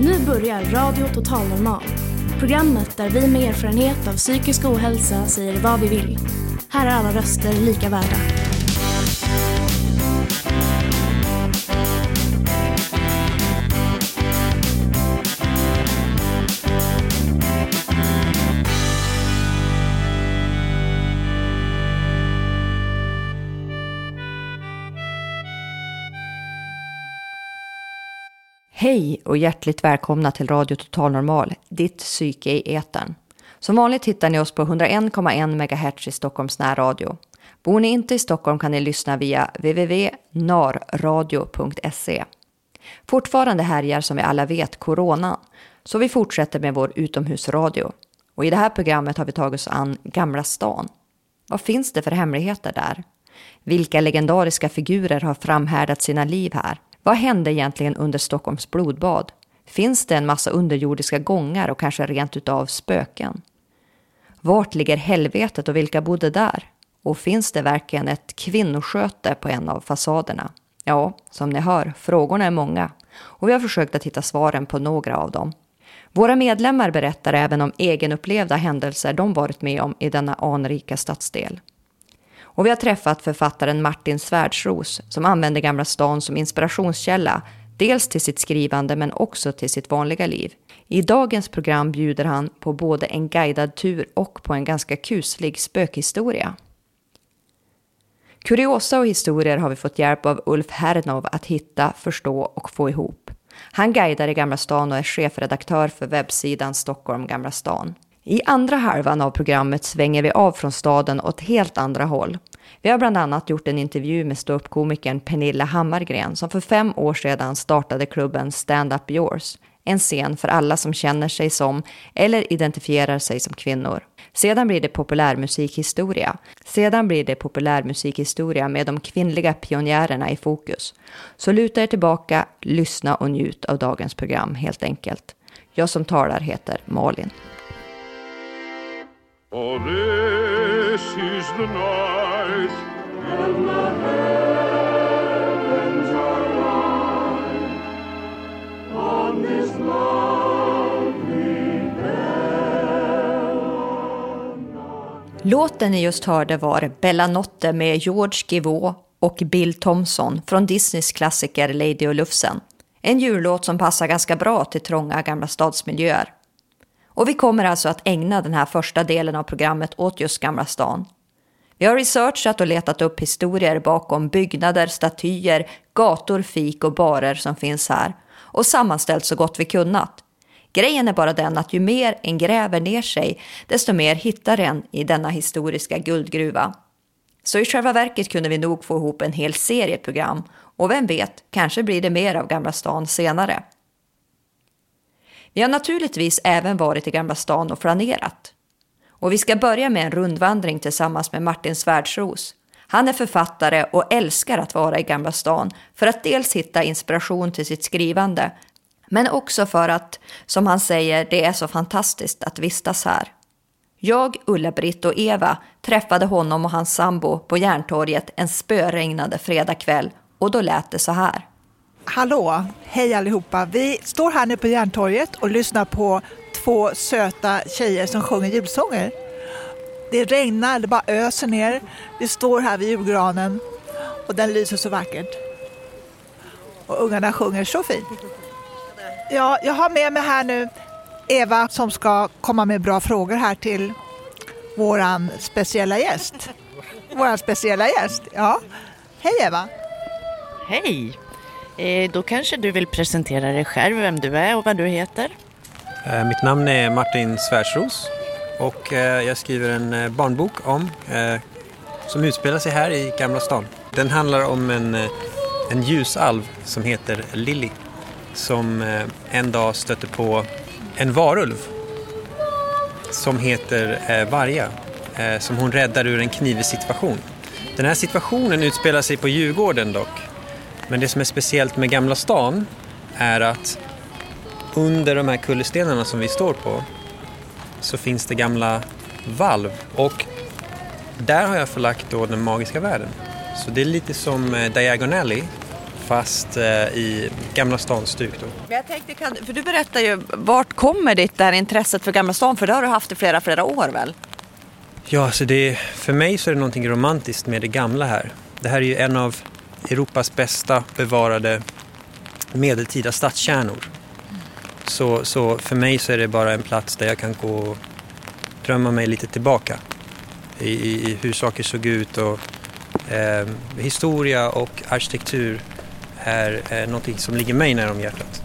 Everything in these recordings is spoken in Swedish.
Nu börjar Radio Total Normal. Programmet där vi med erfarenhet av psykisk ohälsa säger vad vi vill. Här är alla röster lika värda. Hej och hjärtligt välkomna till Radio Total Normal, ditt psyke i etern. Som vanligt hittar ni oss på 101,1 MHz i Stockholms närradio. Bor ni inte i Stockholm kan ni lyssna via www.narradio.se. Fortfarande härjar som vi alla vet corona, så vi fortsätter med vår utomhusradio. Och i det här programmet har vi tagit oss an Gamla stan. Vad finns det för hemligheter där? Vilka legendariska figurer har framhärdat sina liv här? Vad hände egentligen under Stockholms blodbad? Finns det en massa underjordiska gångar och kanske rent utav spöken? Vart ligger helvetet och vilka bodde där? Och finns det verkligen ett kvinnosköte på en av fasaderna? Ja, som ni hör, frågorna är många. Och vi har försökt att hitta svaren på några av dem. Våra medlemmar berättar även om egenupplevda händelser de varit med om i denna anrika stadsdel. Och vi har träffat författaren Martin Svärdros som använder Gamla stan som inspirationskälla, dels till sitt skrivande men också till sitt vanliga liv. I dagens program bjuder han på både en guidad tur och på en ganska kuslig spökhistoria. Kuriosa och historier har vi fått hjälp av Ulf Hernov att hitta, förstå och få ihop. Han guidar i Gamla stan och är chefredaktör för webbsidan Stockholm Gamla stan. I andra halvan av programmet svänger vi av från staden åt helt andra håll. Vi har bland annat gjort en intervju med ståuppkomikern Pernilla Hammargren som för 5 år sedan startade klubben Stand Up Yours. En scen för alla som känner sig som eller identifierar sig som kvinnor. Sedan blir det populärmusikhistoria med de kvinnliga pionjärerna i fokus. Så luta er tillbaka, lyssna och njut av dagens program helt enkelt. Jag som talar heter Malin. Oh, this is the night, and the heavens are light on this lovely Bella. Låten ni just hörde var Bella Notte med George Givot och Bill Thompson från Disneys klassiker Lady och Lufsen. En jullåt som passar ganska bra till trånga gamla stadsmiljöer. Och vi kommer alltså att ägna den här första delen av programmet åt just Gamla stan. Vi har researchat och letat upp historier bakom byggnader, statyer, gator, fik och barer som finns här. Och sammanställt så gott vi kunnat. Grejen är bara den att ju mer en gräver ner sig, desto mer hittar en i denna historiska guldgruva. Så i själva verket kunde vi nog få ihop en hel serieprogram. Och vem vet, kanske blir det mer av Gamla stan senare. Vi har naturligtvis även varit i Gamla stan och flanerat. Och vi ska börja med en rundvandring tillsammans med Martin Svärdros. Han är författare och älskar att vara i Gamla stan för att dels hitta inspiration till sitt skrivande, men också för att, som han säger, det är så fantastiskt att vistas här. Jag, Ulla-Britt och Eva träffade honom och hans sambo på Järntorget en spöregnade fredagkväll och då lät det så här. Hallå, hej allihopa. Vi står här nu på Järntorget och lyssnar på 2 söta tjejer som sjunger julsånger. Det regnar, det bara öser ner. Vi står här vid julgranen och den lyser så vackert. Och ungarna sjunger så fint. Ja, jag har med mig här nu Eva som ska komma med bra frågor här till våran speciella gäst. Ja. Hej Eva. Hej. Då kanske du vill presentera dig själv, vem du är och vad du heter. Mitt namn är Martin Svärdros och jag skriver en barnbok som utspelar sig här i Gamla stan. Den handlar om en ljusalv som heter Lily som en dag stöter på en varulv som heter Varja som hon räddar ur en knivig situation. Den här situationen utspelar sig på Djurgården dock. Men det som är speciellt med Gamla stan är att under de här kullerstenarna som vi står på så finns det gamla valv. Och där har jag förlagt då den magiska världen. Så det är lite som Diagon Alley fast i Gamla stans stuk då. Men jag tänkte, för du berättar ju, vart kommer ditt där intresset för Gamla stan? För det har du haft i flera år väl? Ja, så för mig så är det någonting romantiskt med det gamla här. Det här är ju en av Europas bästa bevarade medeltida stadskärnor. Så för mig så är det bara en plats där jag kan gå och drömma mig lite tillbaka i hur saker såg ut, och historia och arkitektur är någonting som ligger mig nära om hjärtat.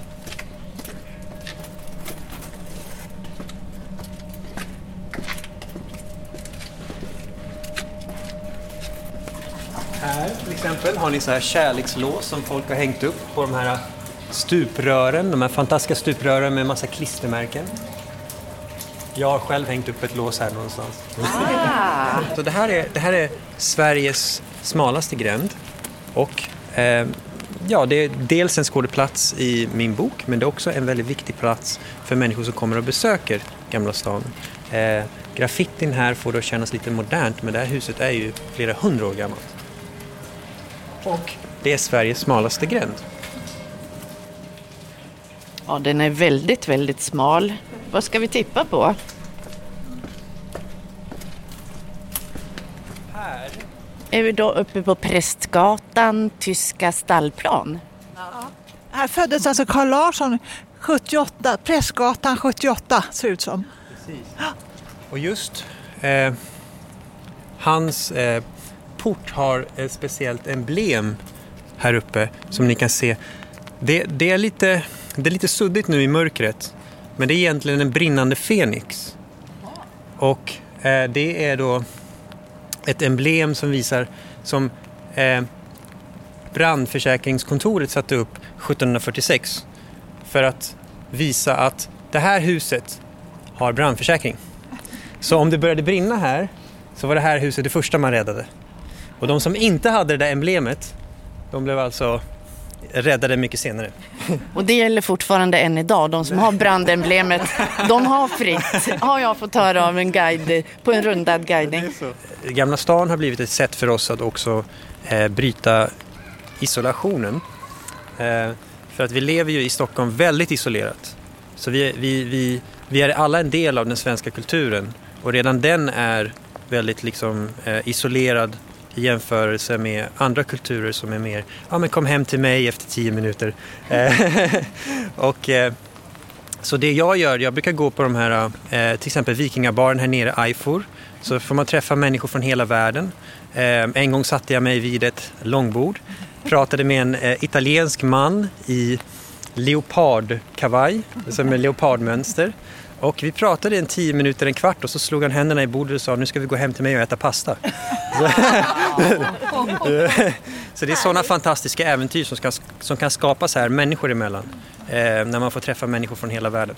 Här till exempel har ni så här kärlekslås som folk har hängt upp på de här stuprören, de här fantastiska stuprören med massa klistermärken. Jag har själv hängt upp ett lås här någonstans. Så det här är Sveriges smalaste gränd, och det är dels en skådeplats i min bok, men det är också en väldigt viktig plats för människor som kommer och besöker Gamla stan. Graffitin här får då kännas lite modernt, men det här huset är ju flera 100 år gammalt. Och det är Sveriges smalaste gränd. Ja, den är väldigt, väldigt smal. Vad ska vi tippa på? Här. Är vi då uppe på Prästgatan, Tyska stallplan? Här föddes alltså Carl Larsson 78, Prästgatan 78 ser ut som. Precis. Och just hans port har ett speciellt emblem här uppe som ni kan se. Det är lite suddigt nu i mörkret, men det är egentligen en brinnande fenix. Och det är då ett emblem som visar som brandförsäkringskontoret satte upp 1746 för att visa att det här huset har brandförsäkring. Så om det började brinna här så var det här huset det första man räddade. Och de som inte hade det där emblemet, de blev alltså räddade mycket senare. Och det gäller fortfarande än idag. De som har brandemblemet, de har fritt. Har jag fått höra av en guide på en rundad guidning. Gamla stan har blivit ett sätt för oss att också bryta isolationen. För att vi lever ju i Stockholm väldigt isolerat. Så vi är alla en del av den svenska kulturen. Och redan den är väldigt isolerad i jämförelse med andra kulturer som är mer, men kom hem till mig efter 10 minuter. Så det jag gör, jag brukar gå på de här, till exempel vikingabaren här nere, Eifor. Så får man träffa människor från hela världen. En gång satte jag mig vid ett långbord, pratade med en italiensk man i leopardkavaj, som är leopardmönster. Och vi pratade 10 minuter, en kvart, och så slog han händerna i bordet och sa, nu ska vi gå hem till mig och äta pasta. Så det är sådana fantastiska äventyr som kan skapas här människor emellan. När man får träffa människor från hela världen.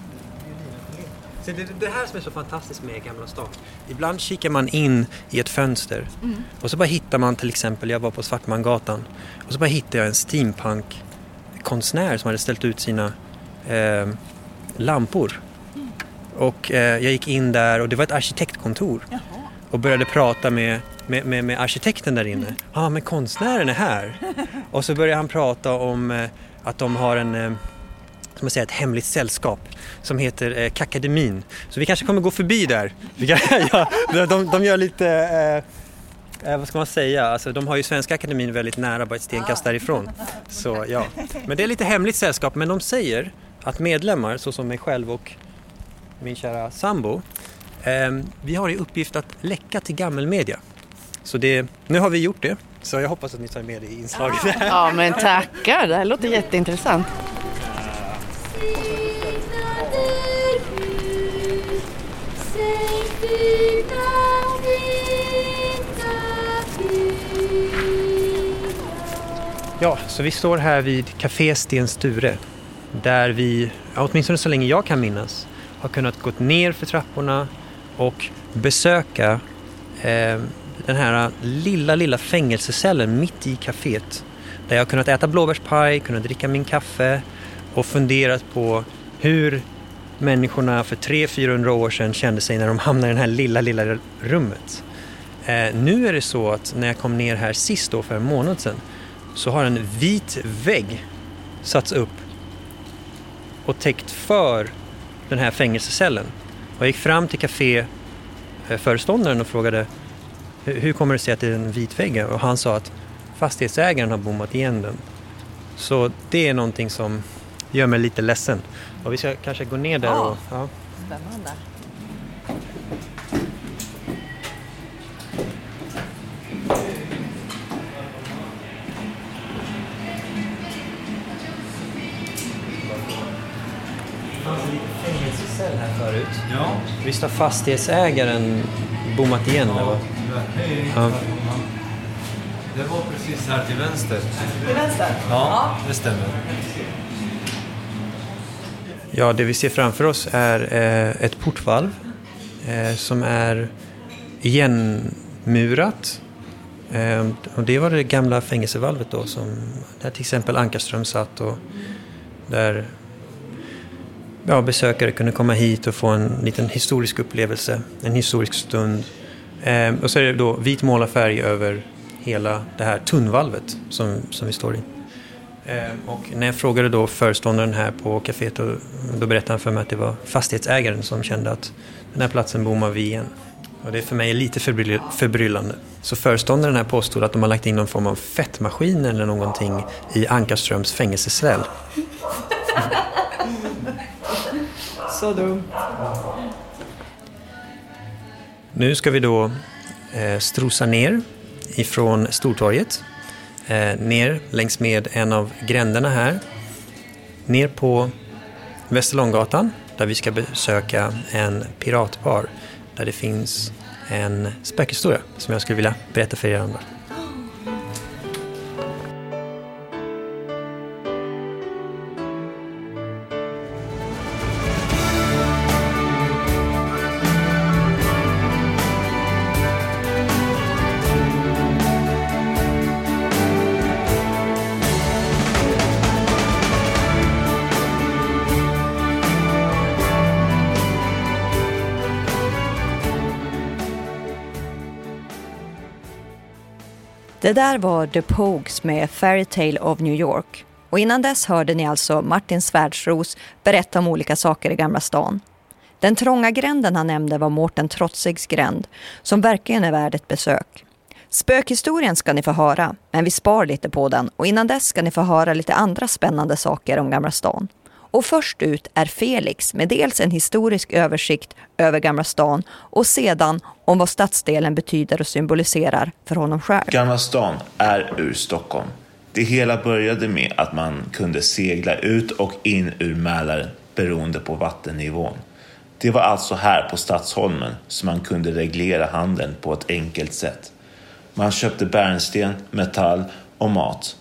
Så det här som är så fantastiskt med Gamla stan. Ibland kikar man in i ett fönster och så bara hittar man, till exempel, jag var på Svartmangatan, och så bara hittade jag en steampunk-konstnär som hade ställt ut sina lampor. Och jag gick in där och det var ett arkitektkontor. Jaha. Och började prata med arkitekten där inne. Men konstnären är här. Och så började han prata om att de har ett hemligt sällskap som heter Kakademin. Så vi kanske kommer gå förbi där. De gör lite, vad ska man säga? Alltså, de har ju Svenska akademin väldigt nära, bara ett stenkast därifrån. Så ja. Men det är lite hemligt sällskap. Men de säger att medlemmar, så som mig själv och min kära sambo, vi har i uppgift att läcka till gammelmedia. Så nu har vi gjort det. Så jag hoppas att ni tar med det i inslaget. Ja, men tackar. Det här låter jätteintressant. Ja, så vi står här vid Café Sten Sture. Där vi, åtminstone så länge jag kan minnas, har kunnat gå ner för trapporna och besöka den här lilla fängelsecellen mitt i kaféet. Där jag har kunnat äta blåbärspaj, kunnat dricka min kaffe och funderat på hur människorna för 300-400 år sedan kände sig när de hamnade i det här lilla rummet. Nu är det så att när jag kom ner här sist då för en månad sedan, så har en vit vägg satts upp och täckt för den här fängelsecellen. Och jag gick fram till kaféföreståndaren och frågade hur kommer det sig att det är en vit vägg? Och han sa att fastighetsägaren har bommat igen den. Så det är någonting som gör mig lite ledsen. Och vi ska kanske gå ner där och... Ja. Spännande. Det fanns en liten fängelsecell här förut. Ja. Visst har fastighetsägaren bommat igen? Ja. Ja. Det var precis här till vänster. Till vänster? Ja, det stämmer. Ja, det vi ser framför oss är ett portvalv som är igenmurat. Och det var det gamla fängelsevalvet då, där till exempel Ankarström satt och där besökare kunde komma hit och få en liten historisk upplevelse, en historisk stund. Och så är det då vit målarfärg över hela det här tunnvalvet som vi står i. Och när jag frågade då föreståndaren här på kaféet, då berättade han för mig att det var fastighetsägaren som kände att den här platsen bommar vi igen. Och det är för mig lite förbryllande. Så föreståndaren här påstod att de har lagt in någon form av fettmaskin eller någonting i Ankarströms fängelsecell. Så dumt. Nu ska vi då strosa ner ifrån Stortorget. Ner längs med en av gränderna här. Ner på Västerlånggatan där vi ska besöka en piratbar. Där det finns en spökhistoria som jag skulle vilja berätta för er andra. Det där var The Pogues med Fairy Tale of New York. Och innan dess hörde ni alltså Martin Svärdros berätta om olika saker i Gamla stan. Den trånga gränden han nämnde var Mårten Trotsigs gränd, som verkligen är värd ett besök. Spökhistorien ska ni få höra, men vi spar lite på den. Och innan dess ska ni få höra lite andra spännande saker om Gamla stan. Och först ut är Felix med dels en historisk översikt över Gamla stan och sedan om vad stadsdelen betyder och symboliserar för honom själv. Gamla stan är ur Stockholm. Det hela började med att man kunde segla ut och in ur Mälaren beroende på vattennivån. Det var alltså här på Stadsholmen som man kunde reglera handeln på ett enkelt sätt. Man köpte bärnsten, metall och mat.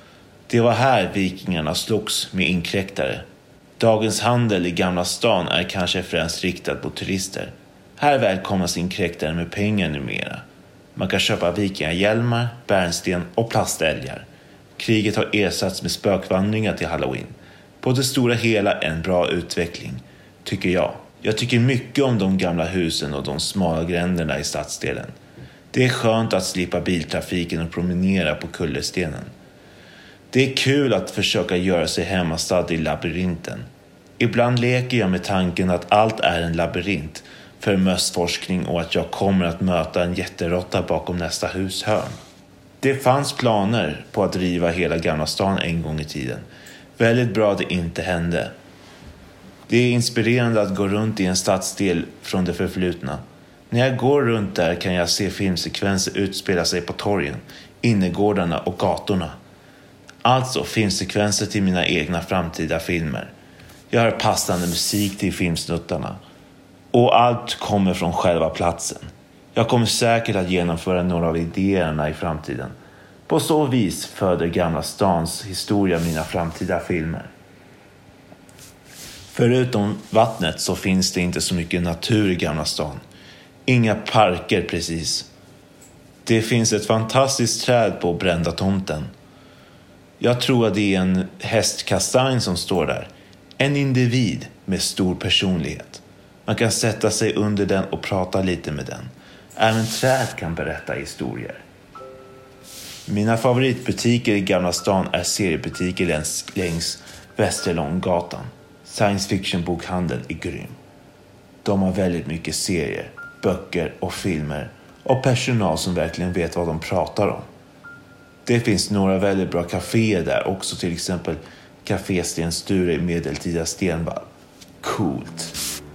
Det var här vikingarna slogs med inkräktare. Dagens handel i Gamla stan är kanske främst riktad på turister. Här välkomnas inkräktare med pengar numera. Man kan köpa vikingahjälmar, bärnsten och plastälgar. Kriget har ersatts med spökvandringar till Halloween. På det stora hela en bra utveckling, tycker jag. Jag tycker mycket om de gamla husen och de smala gränderna i stadsdelen. Det är skönt att slippa biltrafiken och promenera på kullerstenen. Det är kul att försöka göra sig hemmastad i labyrinten. Ibland leker jag med tanken att allt är en labyrint för mössforskning och att jag kommer att möta en jätteråtta bakom nästa hushörn. Det fanns planer på att riva hela Gamla stan en gång i tiden. Väldigt bra att det inte hände. Det är inspirerande att gå runt i en stadsdel från det förflutna. När jag går runt där kan jag se filmsekvenser utspela sig på torgen, innergårdarna och gatorna. Alltså filmsekvenser till mina egna framtida filmer. Jag hör passande musik till filmsnuttarna. Och allt kommer från själva platsen. Jag kommer säkert att genomföra några av idéerna i framtiden. På så vis föder Gamla stans historia mina framtida filmer. Förutom vattnet så finns det inte så mycket natur i Gamla stan. Inga parker precis. Det finns ett fantastiskt träd på Brända tomten. Jag tror att det är en hästkastanj som står där. En individ med stor personlighet. Man kan sätta sig under den och prata lite med den. Även träd kan berätta historier. Mina favoritbutiker i Gamla stan är seriebutiker längs Västerlånggatan. Science fiction-bokhandeln är grym. De har väldigt mycket serier, böcker och filmer och personal som verkligen vet vad de pratar om. Det finns några väldigt bra kaféer där också, till exempel Café Sten Sture i medeltida Stenvall. Coolt.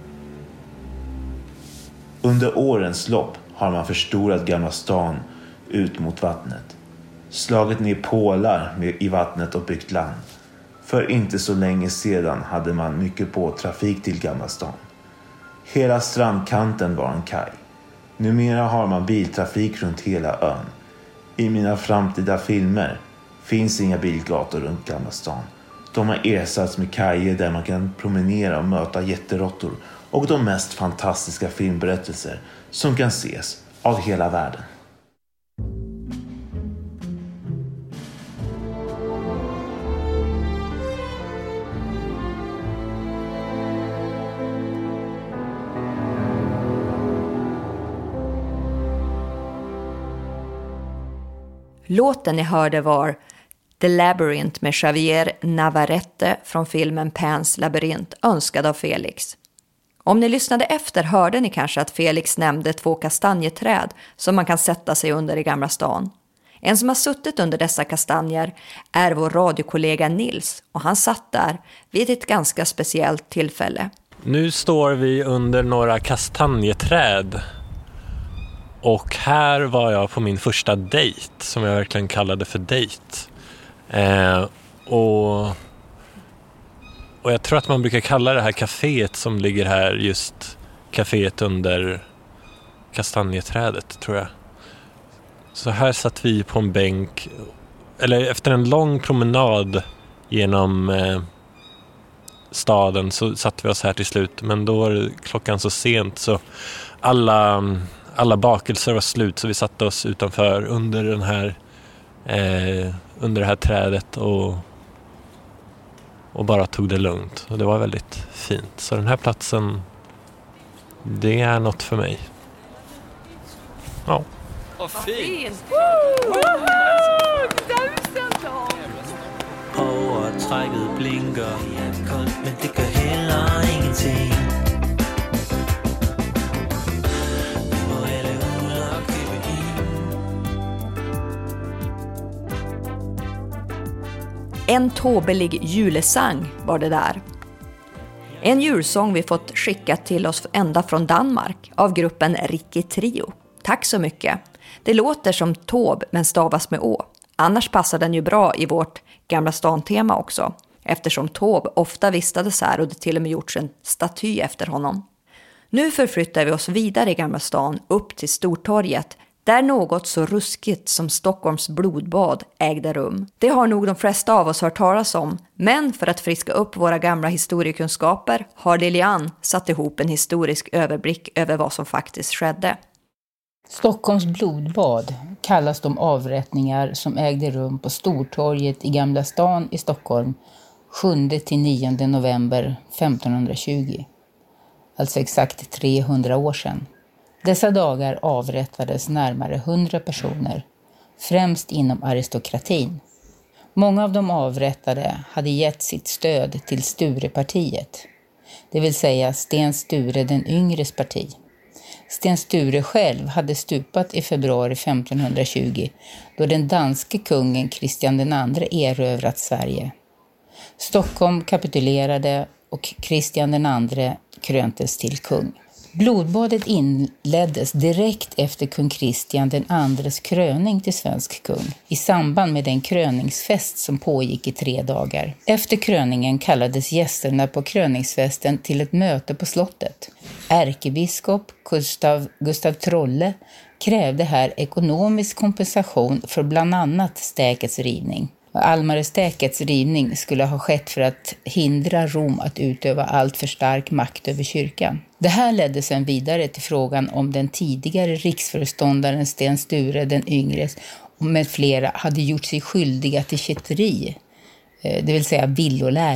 Under årens lopp har man förstorat Gamla stan ut mot vattnet. Slagit ner pålar i vattnet och byggt land. För inte så länge sedan hade man mycket båttrafik till Gamla stan. Hela strandkanten var en kaj. Numera har man biltrafik runt hela ön. I mina framtida filmer finns inga bilgator runt Gamla stan. De har ersatts med kajer där man kan promenera och möta jätterottor och de mest fantastiska filmberättelser som kan ses av hela världen. Låten ni hörde var The Labyrinth med Javier Navarrete från filmen Pans labyrint, önskad av Felix. Om ni lyssnade efter hörde ni kanske att Felix nämnde 2 kastanjeträd som man kan sätta sig under i Gamla stan. En som har suttit under dessa kastanjer är vår radiokollega Nils, och han satt där vid ett ganska speciellt tillfälle. Nu står vi under några kastanjeträd. Och här var jag på min första dejt, som jag verkligen kallade för dejt. Och jag tror att man brukar kalla det här kaféet som ligger här just kaféet under kastanjeträdet, tror jag. Så här satt vi på en bänk, eller efter en lång promenad genom staden så satt vi oss här till slut. Men då var klockan så sent så alla bakelser var slut, så vi satte oss utanför under det här trädet och bara tog det lugnt. Och det var väldigt fint. Så den här platsen, det är något för mig. Ja. Vad fint! Overtrækket blinker, koldt, men det gør heller ingenting. En tåbelig julesang var det där. En julsång vi fått skickat till oss ända från Danmark av gruppen Ricky Trio. Tack så mycket. Det låter som Tåb men stavas med å. Annars passar den ju bra i vårt Gamla stan-tema också, eftersom Tåb ofta vistades här och det till och med gjorts en staty efter honom. Nu förflyttar vi oss vidare i Gamla stan upp till Stortorget, där något så ruskigt som Stockholms blodbad ägde rum. Det har nog de flesta av oss hört talas om, men för att friska upp våra gamla historiekunskaper har Lilian satt ihop en historisk överblick över vad som faktiskt skedde. Stockholms blodbad kallas de avrättningar som ägde rum på Stortorget i Gamla stan i Stockholm 7-9 november 1520. Alltså exakt 300 år sedan. Dessa dagar avrättades närmare 100 personer, främst inom aristokratin. Många av de avrättade hade gett sitt stöd till Sturepartiet, det vill säga Sten Sture den yngres parti. Sten Sture själv hade stupat i februari 1520 då den danske kungen Kristian II erövrat Sverige. Stockholm kapitulerade och Kristian II kröntes till kung. Blodbadet inleddes direkt efter kung Kristian II:s kröning till svensk kung i samband med den kröningsfest som pågick i 3 dagar. Efter kröningen kallades gästerna på kröningsfesten till ett möte på slottet. Ärkebiskop Gustav Trolle krävde här ekonomisk kompensation för bland annat stäkets rivning. Almarestäkets rivning skulle ha skett för att hindra Rom att utöva allt för stark makt över kyrkan. Det här ledde sedan vidare till frågan om den tidigare riksföreståndaren Sten Sture den yngres med flera hade gjort sig skyldiga till kätteri, det vill säga villoläror.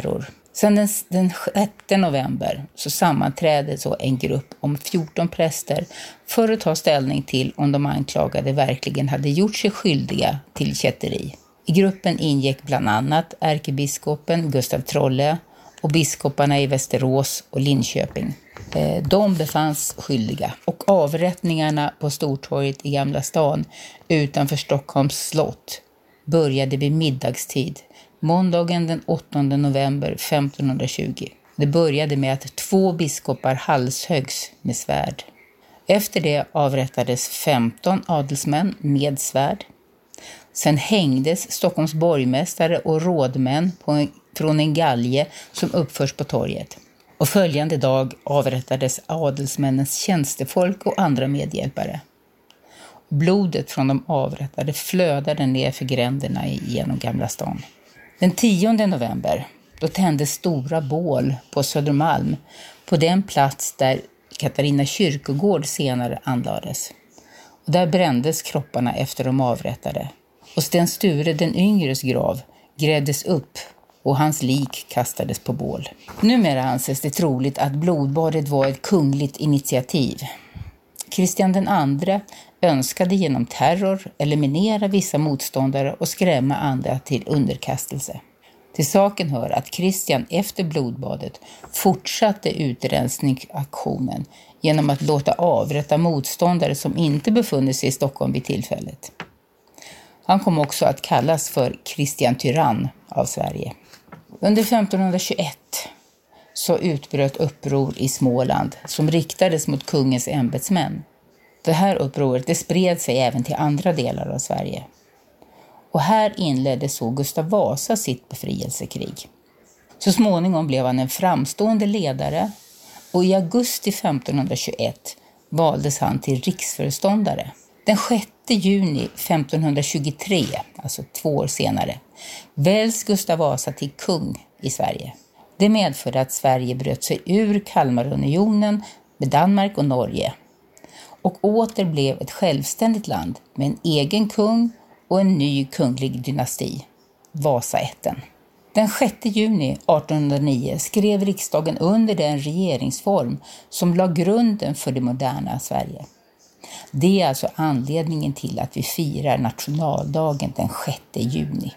Sen den 6 november så sammanträdde så en grupp om 14 präster för att ta ställning till om de anklagade verkligen hade gjort sig skyldiga till kätteri. I gruppen ingick bland annat ärkebiskopen Gustav Trolle och biskoparna i Västerås och Linköping. De befanns skyldiga och avrättningarna på Stortorget i Gamla stan utanför Stockholms slott började vid middagstid måndagen den 8 november 1520. Det började med att 2 biskopar halshöggs med svärd. Efter det avrättades 15 adelsmän med svärd. Sen hängdes Stockholms borgmästare och rådmän från en galge som uppförs på torget. Och följande dag avrättades adelsmännens tjänstefolk och andra medhjälpare. Blodet från de avrättade flödade ner för gränderna genom Gamla stan. Den 10 november då tändes stora bål på Södermalm på den plats där Katarina kyrkogård senare anlades. Och där brändes kropparna efter de avrättade. Och Sten Sture den yngres grav grävdes upp och hans lik kastades på bål. Numera anses det troligt att blodbadet var ett kungligt initiativ. Kristian den andre önskade genom terror eliminera vissa motståndare och skrämma andra till underkastelse. Till saken hör att Kristian efter blodbadet fortsatte utrensningsaktionen genom att låta avrätta motståndare som inte befunnit sig i Stockholm vid tillfället. Han kom också att kallas för Kristian Tyrann av Sverige. Under 1521 så utbröt uppror i Småland som riktades mot kungens ämbetsmän. Det här upproret det spred sig även till andra delar av Sverige. Och här inledde så Gustav Vasa sitt befrielsekrig. Så småningom blev han en framstående ledare och i augusti 1521 valdes han till riksföreståndare. Den 6 juni 1523, alltså 2 år senare, väljs Gustav Vasa till kung i Sverige. Det medförde att Sverige bröt sig ur Kalmarunionen med Danmark och Norge och åter blev ett självständigt land med en egen kung och en ny kunglig dynasti, Vasaätten. Den 6 juni 1809 skrev riksdagen under den regeringsform som la grunden för det moderna Sverige. Det är alltså anledningen till att vi firar nationaldagen den 6 juni.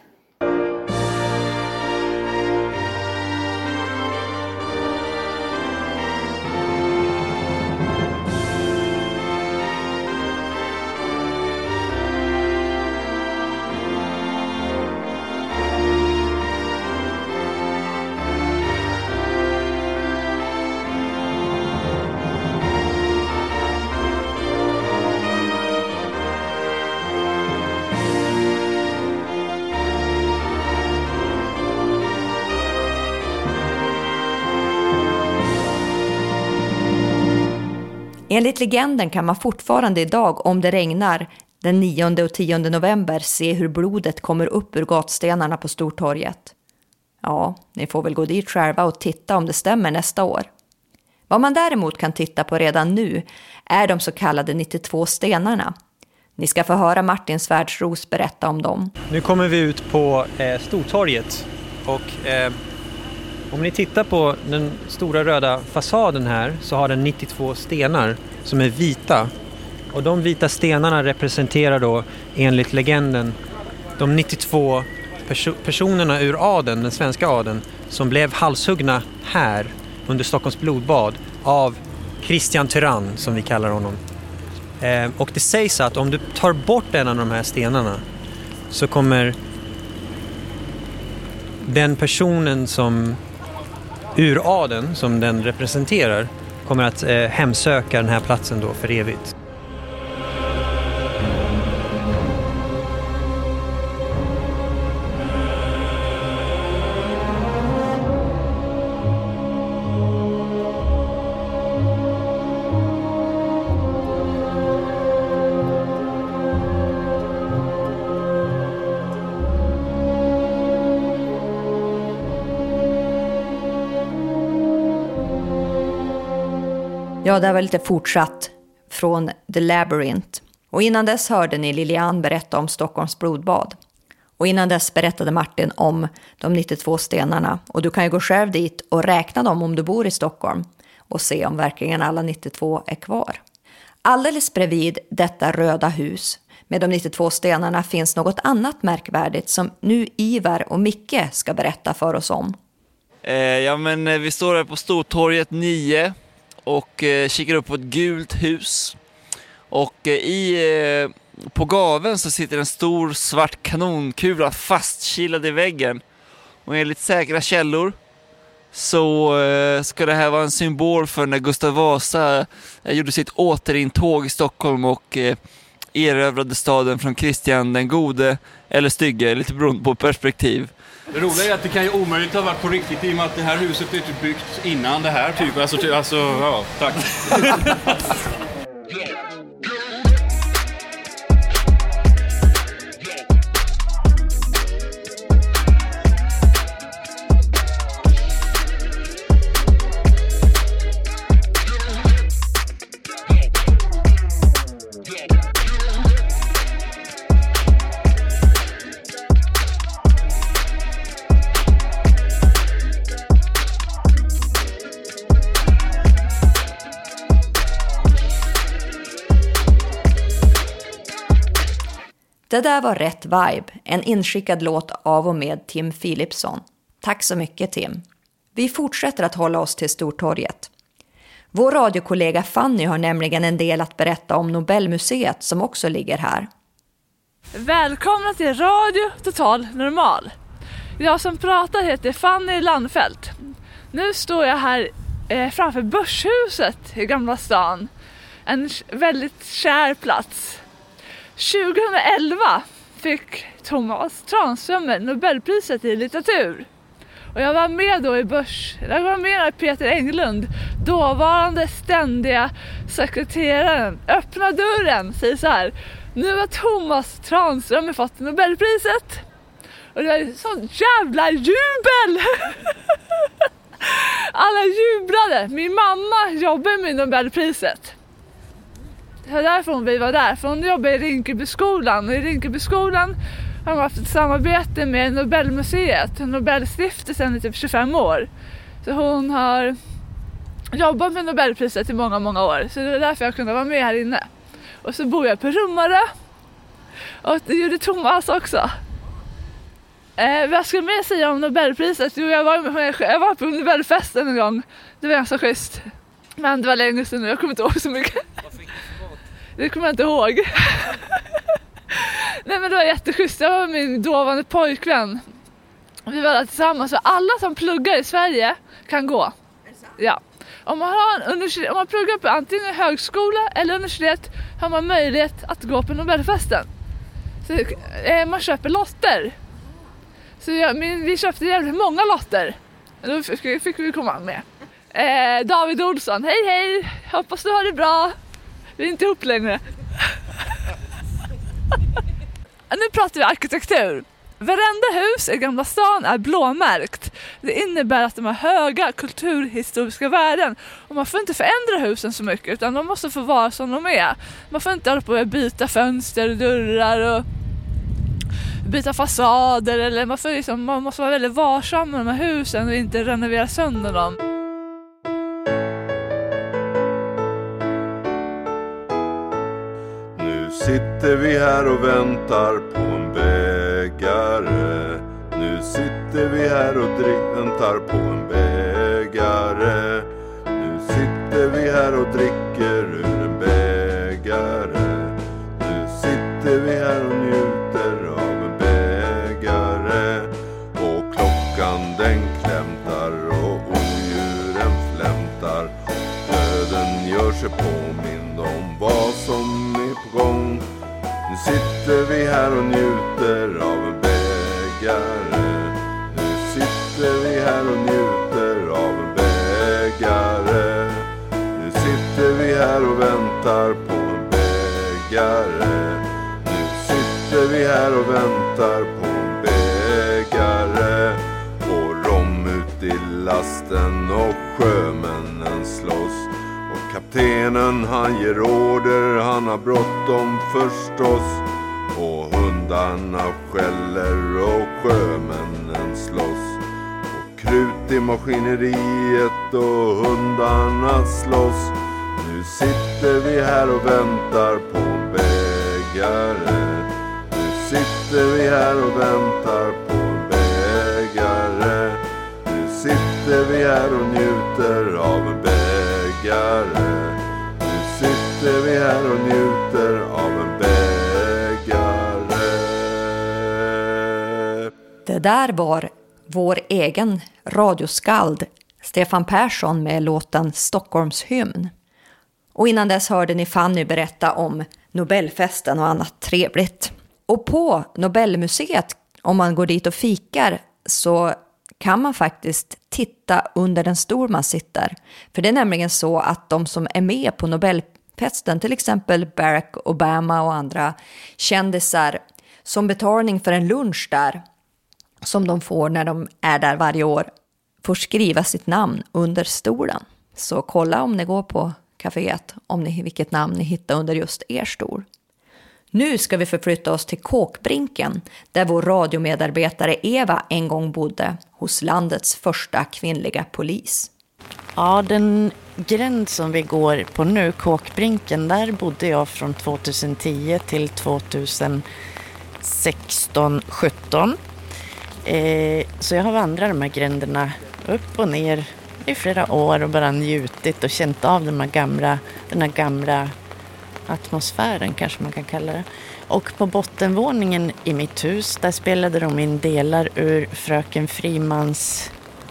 Enligt legenden kan man fortfarande idag, om det regnar, den 9 och 10 november se hur blodet kommer upp ur gatstenarna på Stortorget. Ja, ni får väl gå dit själva och titta om det stämmer nästa år. Vad man däremot kan titta på redan nu är de så kallade 92 stenarna. Ni ska få höra Martin Svärdsros berätta om dem. Nu kommer vi ut på Stortorget och om ni tittar på den stora röda fasaden här så har den 92 stenar som är vita. Och de vita stenarna representerar då enligt legenden de 92 personerna ur adeln, den svenska adeln, som blev halshuggna här under Stockholms blodbad av Kristian Tyrann som vi kallar honom. Och det sägs att om du tar bort en av de här stenarna så kommer den personen som ur adeln som den representerar kommer att hemsöka den här platsen då för evigt. Ja, det var lite fortsatt från The Labyrinth. Och innan dess hörde ni Lilian berätta om Stockholms blodbad. Och innan dess berättade Martin om de 92 stenarna. Och du kan ju gå själv dit och räkna dem om du bor i Stockholm. Och se om verkligen alla 92 är kvar. Alldeles bredvid detta röda hus med de 92 stenarna finns något annat märkvärdigt som nu Ivar och Micke ska berätta för oss om. Vi står här på Stortorget 9 och kikar upp på ett gult hus. Och på gaven så sitter en stor svart kanonkula fastkilad i väggen. Och enligt säkra källor så ska det här vara en symbol för när Gustav Vasa gjorde sitt återintåg i Stockholm och erövrade staden från Kristian den gode eller stygge, lite beroende på perspektiv. Det roliga är att det kan ju omöjligt ha varit på riktigt i och med att det här huset är typ byggt innan det här typ. Alltså ja, tack. Det där var Rätt Vibe, en inskickad låt av och med Tim Philipsson. Tack så mycket Tim. Vi fortsätter att hålla oss till Stortorget. Vår radiokollega Fanny har nämligen en del att berätta om Nobelmuseet som också ligger här. Välkomna till Radio Total Normal. Jag som pratar heter Fanny Landfelt. Nu står jag här framför Börshuset i Gamla stan. En väldigt kär plats. 2011 fick Thomas Tranströmer Nobelpriset i litteratur. Och jag var med då jag var med när Peter Englund, dåvarande ständiga sekreteraren, öppna dörren, säger så här: nu har Thomas Tranströmer fått Nobelpriset. Och det var sån jävla jubel! Alla jublade. Min mamma jobbar med Nobelpriset. Det var därför vi var där, för hon jobbar i Rinkebyskolan. Och i Rinkebyskolan har de haft ett samarbete med Nobelmuseet, Nobelstiftelsen i typ 25 år. Så hon har jobbat med Nobelpriset i många, många år. Så det är därför jag kunde vara med här inne. Och så bor jag på Rummarö. Och det gjorde Thomas också. Vad ska jag mer säga om Nobelpriset? Jo, jag var på Nobelfesten en gång. Det var ganska schysst. Men det var länge sedan nu, jag kommer inte ihåg så mycket. Det kommer jag inte ihåg. Nej, men det var jätteschysst. Jag var min dåvarande pojkvän. Vi var där tillsammans. Och alla som pluggar i Sverige kan gå. Ja. Om man pluggar på antingen högskola eller universitet har man möjlighet att gå på Nobelfesten. Så man köper lotter. Så vi köpte jävligt många lotter. Då fick vi komma med. David Olsson, hej, hoppas du har det bra. Vi är inte ihop längre. Nu pratar vi arkitektur. Varenda hus i Gamla stan är blåmärkt. Det innebär att de har höga kulturhistoriska värden. Och man får inte förändra husen så mycket, utan de måste få vara som de är. Man får inte hålla på att byta fönster och dörrar och byta fasader. Eller man måste vara väldigt varsam med de här husen och inte renovera sönder dem. Sitter vi här och väntar på en bägare. Nu sitter vi här och väntar på en bägare. Nu sitter vi här och dricker ur en bägare. Nu sitter vi här och njuter av en bägare. Och klockan den klämtar och odjuren flämtar. Döden gör sig påmind om vad som är på gång. Nu sitter vi här och njuter av en bägare. Nu sitter vi här och njuter av en bägare. Nu sitter vi här och väntar på en bägare. Nu sitter vi här och väntar på en bägare. Och rom ut i lasten och sjömännen slåss. Och kaptenen han ger order, han har bråttom förstås. och hundarna skäller och sjömännen slåss. Och krut i maskineriet och hundarna slåss. Nu sitter vi här och väntar på en bägare. Nu sitter vi här och väntar på en bägare. Nu sitter vi här och njuter av en bägare. Nu sitter vi här och njuter av en bägare. Det där var vår egen radioskald Stefan Persson med låten Stockholms hymn. Och innan dess hörde ni Fanny berätta om Nobelfesten och annat trevligt. Och på Nobelmuseet, om man går dit och fikar, så kan man faktiskt titta under den stol man sitter. För det är nämligen så att de som är med på Nobelfesten, till exempel Barack Obama och andra kändisar, som betalning för en lunch där, som de får när de är där varje år, får skriva sitt namn under stolen. Så kolla om ni går på kaféet, vilket namn ni hittar under just er stol. Nu ska vi förflytta oss till Kåkbrinken, där vår radiomedarbetare Eva en gång bodde, hos landets första kvinnliga polis. Ja, den gränd som vi går på nu, Kåkbrinken, där bodde jag från 2010 till 2016-17. Så jag har vandrat de här gränderna upp och ner i flera år och bara njutit och känt av den här gamla atmosfären, kanske man kan kalla det. Och på bottenvåningen i mitt hus, där spelade de in delar ur Fröken Frimans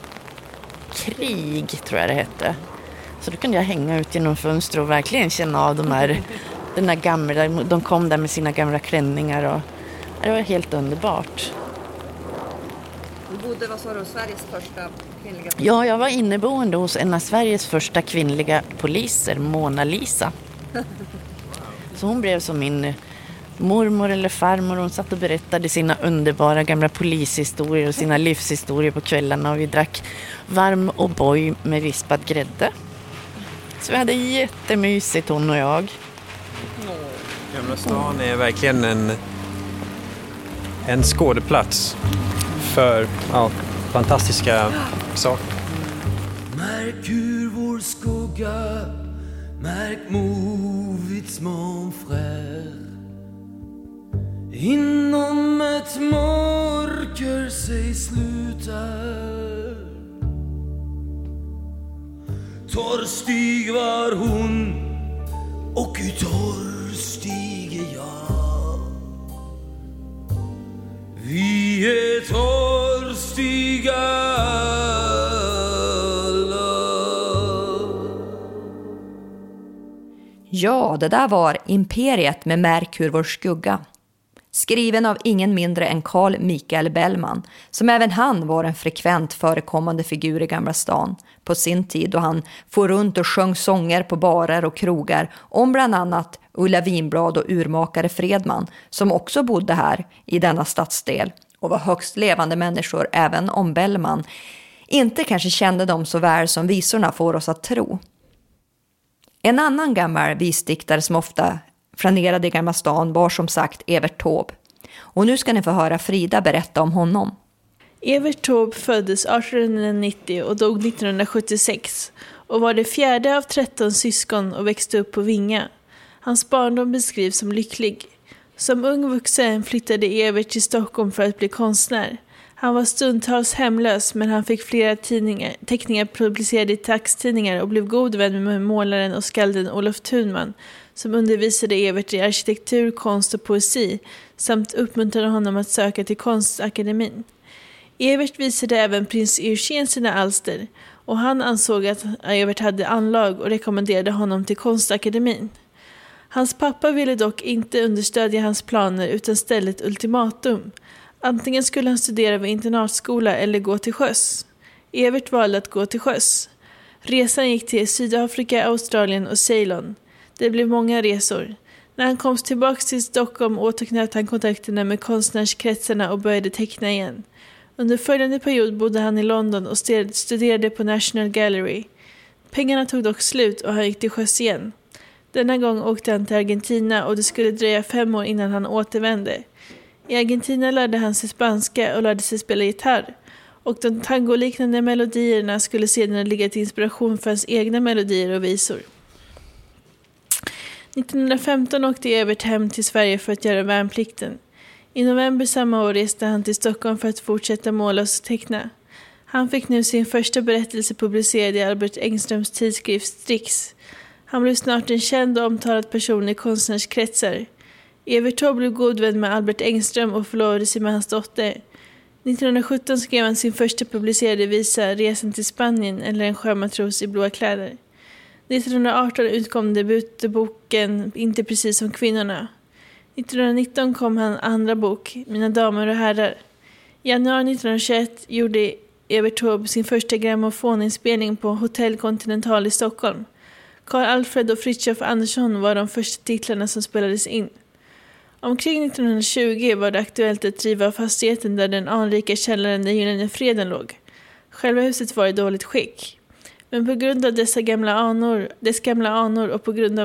krig, tror jag det hette. Så då kunde jag hänga ut genom fönster och verkligen känna av den här gamla, de kom där med sina gamla klänningar och det var helt underbart. Du bodde, vad sa du, Sveriges första kvinnliga polis? Ja, jag var inneboende hos en av Sveriges första kvinnliga poliser, Mona Lisa. Så hon blev som min mormor eller farmor. Hon satt och berättade sina underbara gamla polishistorier och sina livshistorier på kvällarna. Och vi drack varm O'boy med vispad grädde. Så vi hade jättemysigt, hon och jag. Gamla stan är verkligen en skådeplats för fantastiska saker. Märk hur vår skugga, märk movits mon frère. Inom ett mörker sig slutar. Torstig var hon och torstig är jag. Vi är torstiga alla. Ja, det där var Imperiet med Märk hur vår skugga. Skriven av ingen mindre än Carl Michael Bellman, som även han var en frekvent förekommande figur i Gamla stan på sin tid, då han for runt och sjöng sånger på barer och krogar om bland annat Ulla Vinblad och urmakare Fredman, som också bodde här i denna stadsdel och var högst levande människor, även om Bellman inte kanske kände dem så väl som visorna får oss att tro. En annan gammal visdiktare som ofta flanerade i Gamla stan var som sagt Evert Taube. Och nu ska ni få höra Frida berätta om honom. Evert Taube föddes 1890 och dog 1976 och var det fjärde av 13 syskon och växte upp på Vinga. Hans barndom beskrivs som lycklig. Som ung vuxen flyttade Evert till Stockholm för att bli konstnär. Han var stundtals hemlös, men han fick flera teckningar publicerade i dagstidningar och blev god vän med målaren och skalden Olof Thunman, som undervisade Evert i arkitektur, konst och poesi samt uppmuntrade honom att söka till konstakademin. Evert visade även prins Eugen sina alster och han ansåg att Evert hade anlag och rekommenderade honom till konstakademin. Hans pappa ville dock inte understödja hans planer utan stället ultimatum. Antingen skulle han studera vid internatskola eller gå till sjöss. Evert valde att gå till sjöss. Resan gick till Sydafrika, Australien och Ceylon. Det blev många resor. När han kom tillbaka till Stockholm återknöt han kontakterna med konstnärskretsarna och började teckna igen. Under följande period bodde han i London och studerade på National Gallery. Pengarna tog dock slut och han gick till sjöss igen. Denna gång åkte han till Argentina och det skulle dröja 5 år innan han återvände. I Argentina lärde han sig spanska och lärde sig spela gitarr. Och de tangoliknande melodierna skulle sedan ligga till inspiration för hans egna melodier och visor. 1915 åkte Evert hem till Sverige för att göra värnplikten. I november samma år reste han till Stockholm för att fortsätta måla och teckna. Han fick nu sin första berättelse publicerad i Albert Engströms tidskrift Strix. Han blev snart en känd och omtalad person i konstnärskretsar. Evert Taube blev god vän med Albert Engström och förlovade sig med hans dotter. 1917 skrev han sin första publicerade visa Resan till Spanien eller en sjömatros i blåa kläder. 1918 utkom debutboken Inte precis som kvinnorna. 1919 kom hans andra bok Mina damer och herrar. I januari 1921 gjorde Evert Taube sin första grammofoninspelning på Hotel Continental i Stockholm. Carl Alfred och Fritiof Andersson var de första titlarna som spelades in. Omkring 1920 var det aktuellt att driva fastigheten där den anrika källaren där Gyllene Freden låg. Själva huset var i dåligt skick. Men på grund av dess gamla anor och på grund av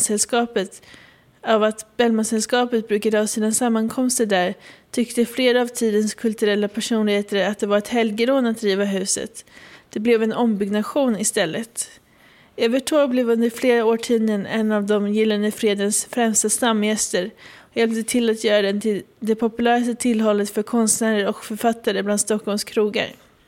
att Bellmansällskapet brukade ha sina sammankomster där, tyckte flera av tidens kulturella personligheter att det var ett helgerån att driva huset. Det blev en ombyggnation istället. Evert Taube blev under flera årtionden en av de Gyllene Fredens främsta stamgäster och hjälpte till att göra den till det populäraste tillhållet för konstnärer och författare bland Stockholms krogar.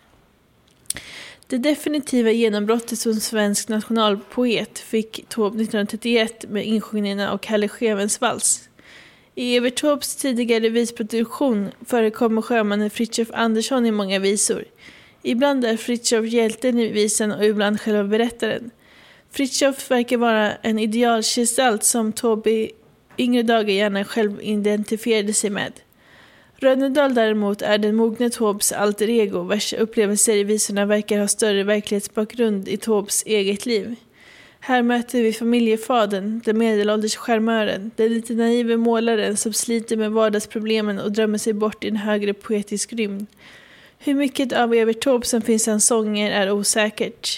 Det definitiva genombrottet som svensk nationalpoet fick Taube 1931 med insjungningen av Kalle Schewens vals. I Evert Taubes tidigare visproduktion förekommer sjömannen Fritiof Andersson i många visor. Ibland är Fritiof hjälten i visan och ibland själva berättaren. Fritiof verkar vara en idealgestalt som Taube i yngre dagar gärna själv identifierade sig med. Rönnedal däremot är den mogne Taubes alter ego, vars upplevelser i visorna verkar ha större verklighetsbakgrund i Taubes eget liv. Här möter vi familjefadern, den medelålders charmören, den lite naive målaren som sliter med vardagsproblemen och drömmer sig bort i en högre poetisk rymd. Hur mycket av Evert Taube som finns i hans sånger är osäkert.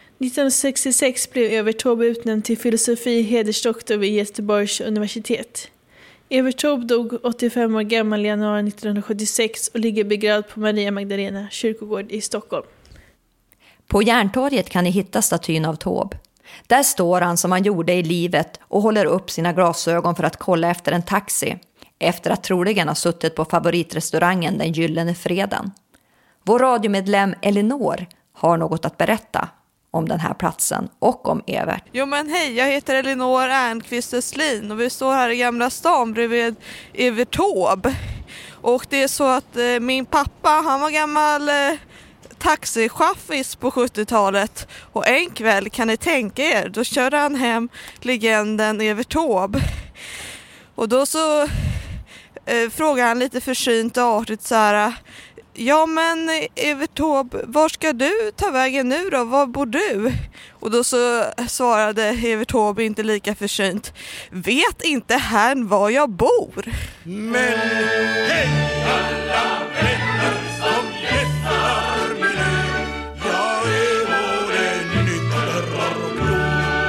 1966 blev Evert Taube utnämnd till filosofi-hedersdoktor vid Göteborgs universitet. Evert Taube dog 85 år gammal i januari 1976 och ligger begravd på Maria Magdalena kyrkogård i Stockholm. På Järntorget kan ni hitta statyn av Taube. Där står han som han gjorde i livet och håller upp sina glasögon för att kolla efter en taxi. Efter att troligen ha suttit på favoritrestaurangen Den Gyllene Freden. Vår radiomedlem Elinor har något att berätta om den här platsen och om Evert. Jo men hej, jag heter Elinor Ernqvist Östlin och vi står här i Gamla stan bredvid Evert Taube. Och det är så att min pappa, han var gammal taxichaffis på 70-talet och en kväll, kan ni tänka er, då körde han hem legenden Evert Taube. Och då så frågade han lite försynt och artigt så här: ja men Evert Taube, var ska du ta vägen nu då? Var bor du? Och då så svarade Evert Taube inte lika försynt: vet inte här var jag bor. Men hej alla vänner som gästar min ö, jag är både nyttrar och blå.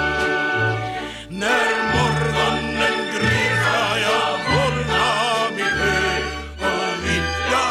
När morgonen gryr ska jag hålla min ö och vittja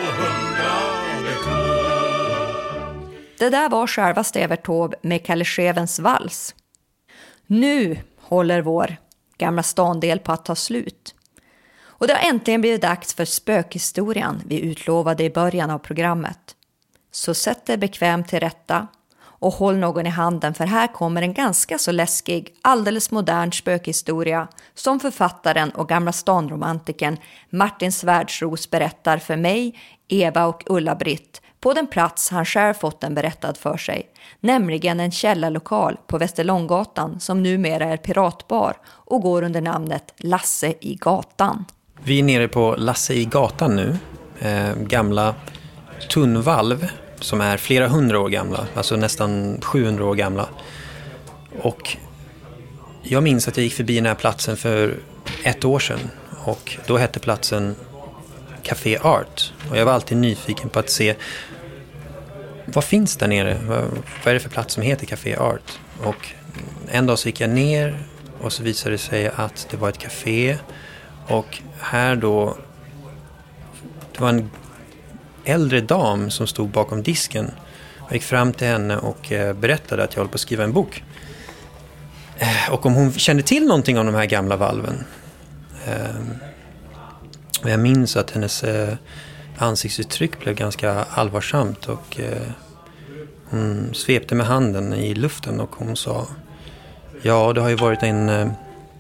202. Det där var självaste Evert Taube med Kalle Schewens vals. Nu håller vår Gamla standel på att ta slut. Och det har äntligen blivit dags för spökhistorien vi utlovade i början av programmet. Så sätt dig bekvämt till rätta och håll någon i handen, för här kommer en ganska så läskig, alldeles modern spökhistoria som författaren och Gamla stan-romantiken Martin Svärdros berättar för mig, Eva och Ulla-Britt på den plats han själv fått den berättad för sig, nämligen en källarlokal på Västerlånggatan som numera är piratbar och går under namnet Lasse i gatan. Vi är nere på Lasse i gatan nu, gamla tunnvalv som är flera hundra år gamla, alltså nästan 700 år gamla. Och jag minns att jag gick förbi den här platsen för 1 år sedan och då hette platsen Café Art. Och jag var alltid nyfiken på att se vad finns där nere? Vad är det för plats som heter Café Art? Och en dag så gick jag ner Och så visade det sig att det var ett café. Och här då, det var en äldre dam som stod bakom disken. Jag gick fram till henne och berättade att jag håller på att skriva en bok. Och om hon kände till någonting om de här gamla valven. Och jag minns att hennes ansiktsuttryck blev ganska allvarsamt. Och hon svepte med handen i luften och hon sa: ja, det har ju varit en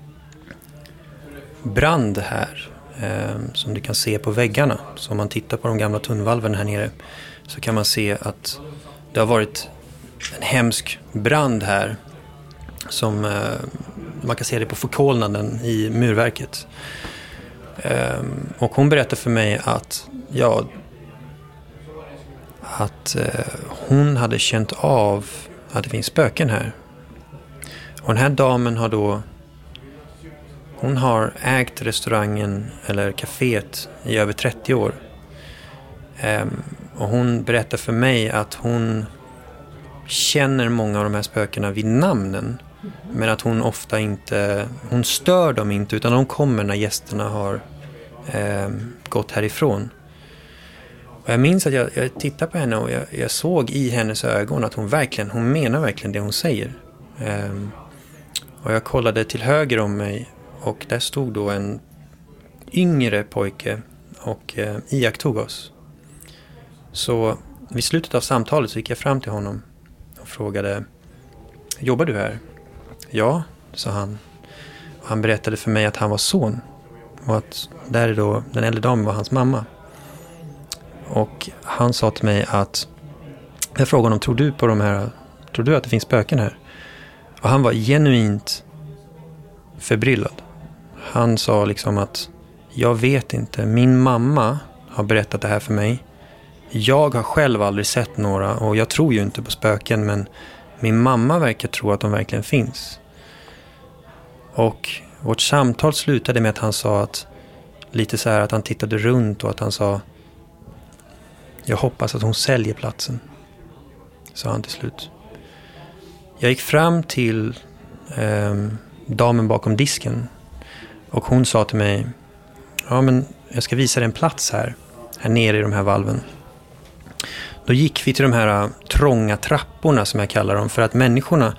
brand här som du kan se på väggarna. Så om man tittar på de gamla tunnvalven här nere så kan man se att det har varit en hemsk brand här som man kan se det på förkolnaden i murverket. Och hon berättade för mig att hon hade känt av att det finns spöken här. Och den här damen hon har ägt restaurangen eller kaféet i över 30 år. Och hon berättar för mig att hon känner många av de här spökena vid namnen. Men att hon ofta hon stör dem inte, utan de kommer när gästerna har gått härifrån. Och jag minns att jag tittade på henne och jag såg i hennes ögon att hon menar verkligen det hon säger. Och jag kollade till höger om mig och där stod då en yngre pojke och iakttog oss. Så vid slutet av samtalet så gick jag fram till honom och frågade: jobbar du här? Ja, sa han. Och han berättade för mig att han var son och att där då den äldre damen var hans mamma. Och han sa till mig att jag frågade honom: tror du att det finns spöken här? Och han var genuint förbryllad. Han sa liksom att jag vet inte, min mamma har berättat det här för mig. Jag har själv aldrig sett några och jag tror ju inte på spöken, men min mamma verkar tro att de verkligen finns. Och vårt samtal slutade med att han sa att lite så här att han tittade runt och att han sa: jag hoppas att hon säljer platsen, sa han till slut. Jag gick fram till damen bakom disken och hon sa till mig: ja, men jag ska visa dig en plats här nere i de här valven. Då gick vi till de här trånga trapporna som jag kallar dem, för att människorna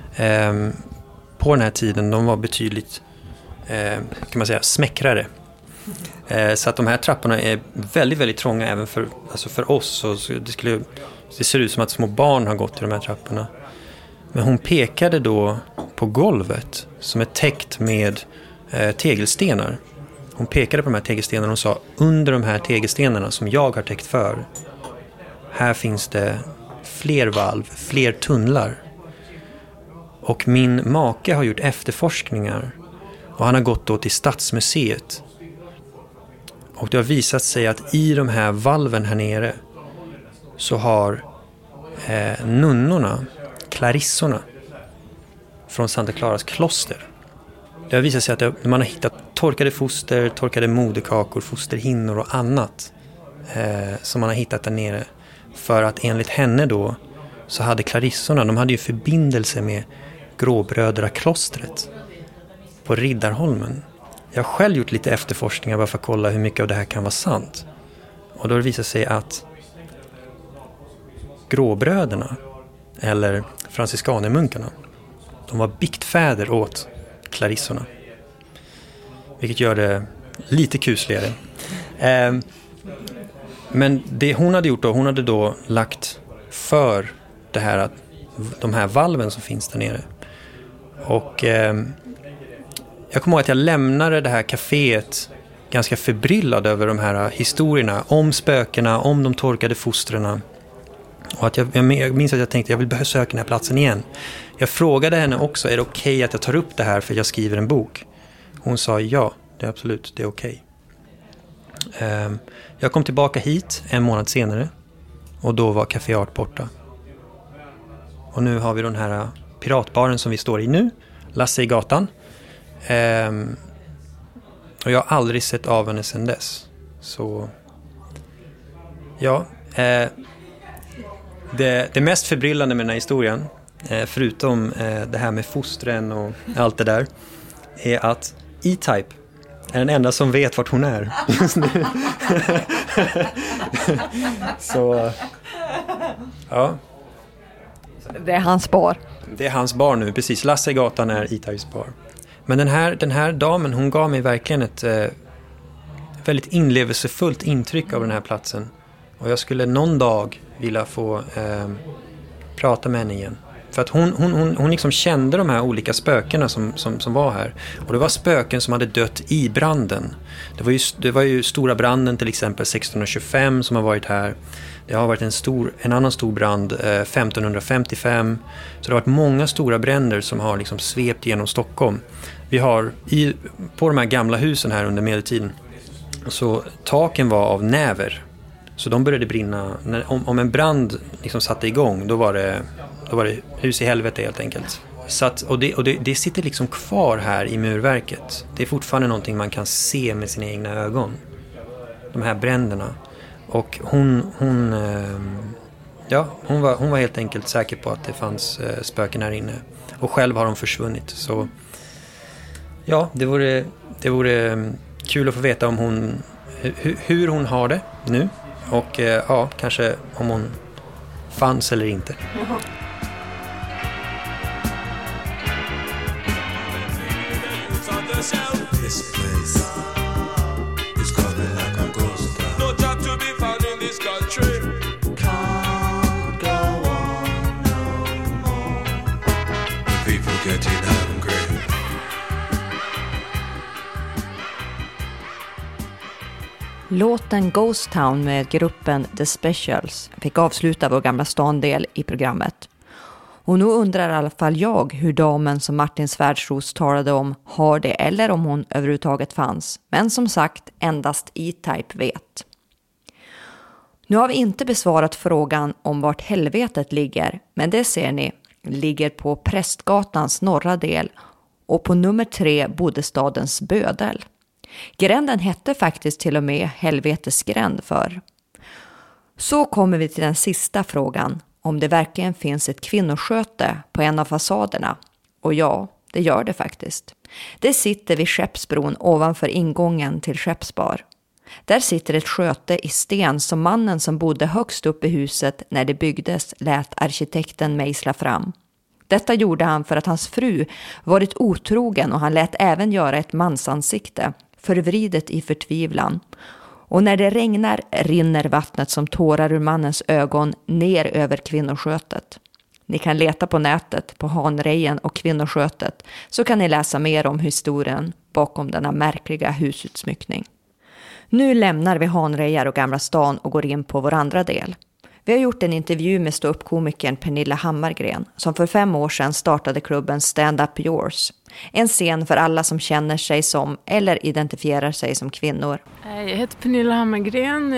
på den här tiden, de var betydligt kan man säga smäckrare. Så att de här trapporna är väldigt, väldigt trånga även för oss. Och det ser ut som att små barn har gått i de här trapporna. Men hon pekade då på golvet som är täckt med tegelstenar. Hon pekade på de här tegelstenarna och sa: under de här tegelstenarna som jag har täckt för, här finns det fler valv, fler tunnlar. Och min make har gjort efterforskningar och han har gått då till Stadsmuseet. Och det har visat sig att i de här valven här nere så har nunnorna, klarissorna från Santa Claras kloster. Det har visat sig att man har hittat torkade foster, torkade moderkakor, fosterhinnor och annat som man har hittat där nere. För att enligt henne då så hade klarissorna, de hade ju förbindelse med Gråbrödra-klostret på Riddarholmen. Jag har själv gjort lite efterforskningar bara för att kolla hur mycket av det här kan vara sant. Och då har det visat sig att Gråbröderna, eller franciskanermunkarna, de var biktfäder åt klarissorna. Vilket gör det lite kusligare. Men det hon hade gjort då, hon hade då lagt för det här, de här valven som finns där nere. Och jag kommer ihåg att jag lämnade det här kaféet ganska förbryllad över de här historierna om spökena, om de torkade fostrarna. Och att jag minns att jag tänkte: jag vill besöka den här platsen igen. Jag frågade henne också: är det okej att jag tar upp det här för jag skriver en bok? Hon sa: ja, det är absolut, det är okej. Jag kom tillbaka hit en månad senare och då var Café Art borta. Och nu har vi den här piratbaren som vi står i nu, Lasse i gatan. Och jag har aldrig sett av henne sedan dess. Så ja, det mest förbryllande med den här historien, förutom det här med fostren och allt det där, är att E-Type är den enda som vet vart hon är just nu. Så, ja. Det är hans bar. Det är hans bar nu, precis. Lassegatan är E-Types bar. Men den här damen, hon gav mig verkligen ett väldigt inlevelsefullt intryck av den här platsen. Och jag skulle någon dag vilja få prata med henne igen. För att hon liksom kände de här olika spökena som var här. Och det var spöken som hade dött i branden. Det var ju stora branden till exempel 1625 som har varit här. Det har varit en annan stor brand 1555. Så det har varit många stora bränder som har liksom svept genom Stockholm. Vi har på de här gamla husen här under medeltiden, så taken var av näver. Så de började brinna. Om en brand liksom satte igång, då var det hus i helvete helt enkelt. Så att, och det sitter liksom kvar här i murverket. Det är fortfarande någonting man kan se med sina egna ögon. De här bränderna. Och hon var helt enkelt säker på att det fanns spöken här inne. Och själv har de försvunnit. Så ja, det vore kul att få veta om hur hon har det nu. Och kanske om hon fanns eller inte. This place is coming like a ghost town. No job to be found in this country. Can't go on no more. The people getting hungry. Låten Ghost Town med gruppen The Specials fick avsluta vår Gamla stan-del i programmet. Och nu undrar i alla fall jag hur damen som Martin Svärdros talade om har det eller om hon överhuvudtaget fanns. Men som sagt, endast E-Type vet. Nu har vi inte besvarat frågan om vart helvetet ligger, men det ser ni, ligger på Prästgatans norra del och på nummer 3 bodde stadens Bödel. Gränden hette faktiskt till och med Helvetesgränd förr. Så kommer vi till den sista frågan, om det verkligen finns ett kvinnosköte på en av fasaderna. Och ja, det gör det faktiskt. Det sitter vid Skeppsbron ovanför ingången till Skeppsbar. Där sitter ett sköte i sten som mannen som bodde högst upp i huset när det byggdes lät arkitekten mejsla fram. Detta gjorde han för att hans fru varit otrogen och han lät även göra ett mansansikte, förvridet i förtvivlan. Och när det regnar rinner vattnet som tårar ur mannens ögon ner över kvinnoskötet. Ni kan leta på nätet på Hanrejen och kvinnoskötet, så kan ni läsa mer om historien bakom denna märkliga husutsmyckning. Nu lämnar vi Hanrejar och Gamla stan och går in på vår andra del. Vi har gjort en intervju med ståuppkomikern Pernilla Hammargren som för 5 år sedan startade klubben Stand Up Yours. En scen för alla som känner sig som eller identifierar sig som kvinnor. Jag heter Pernilla Hammargren.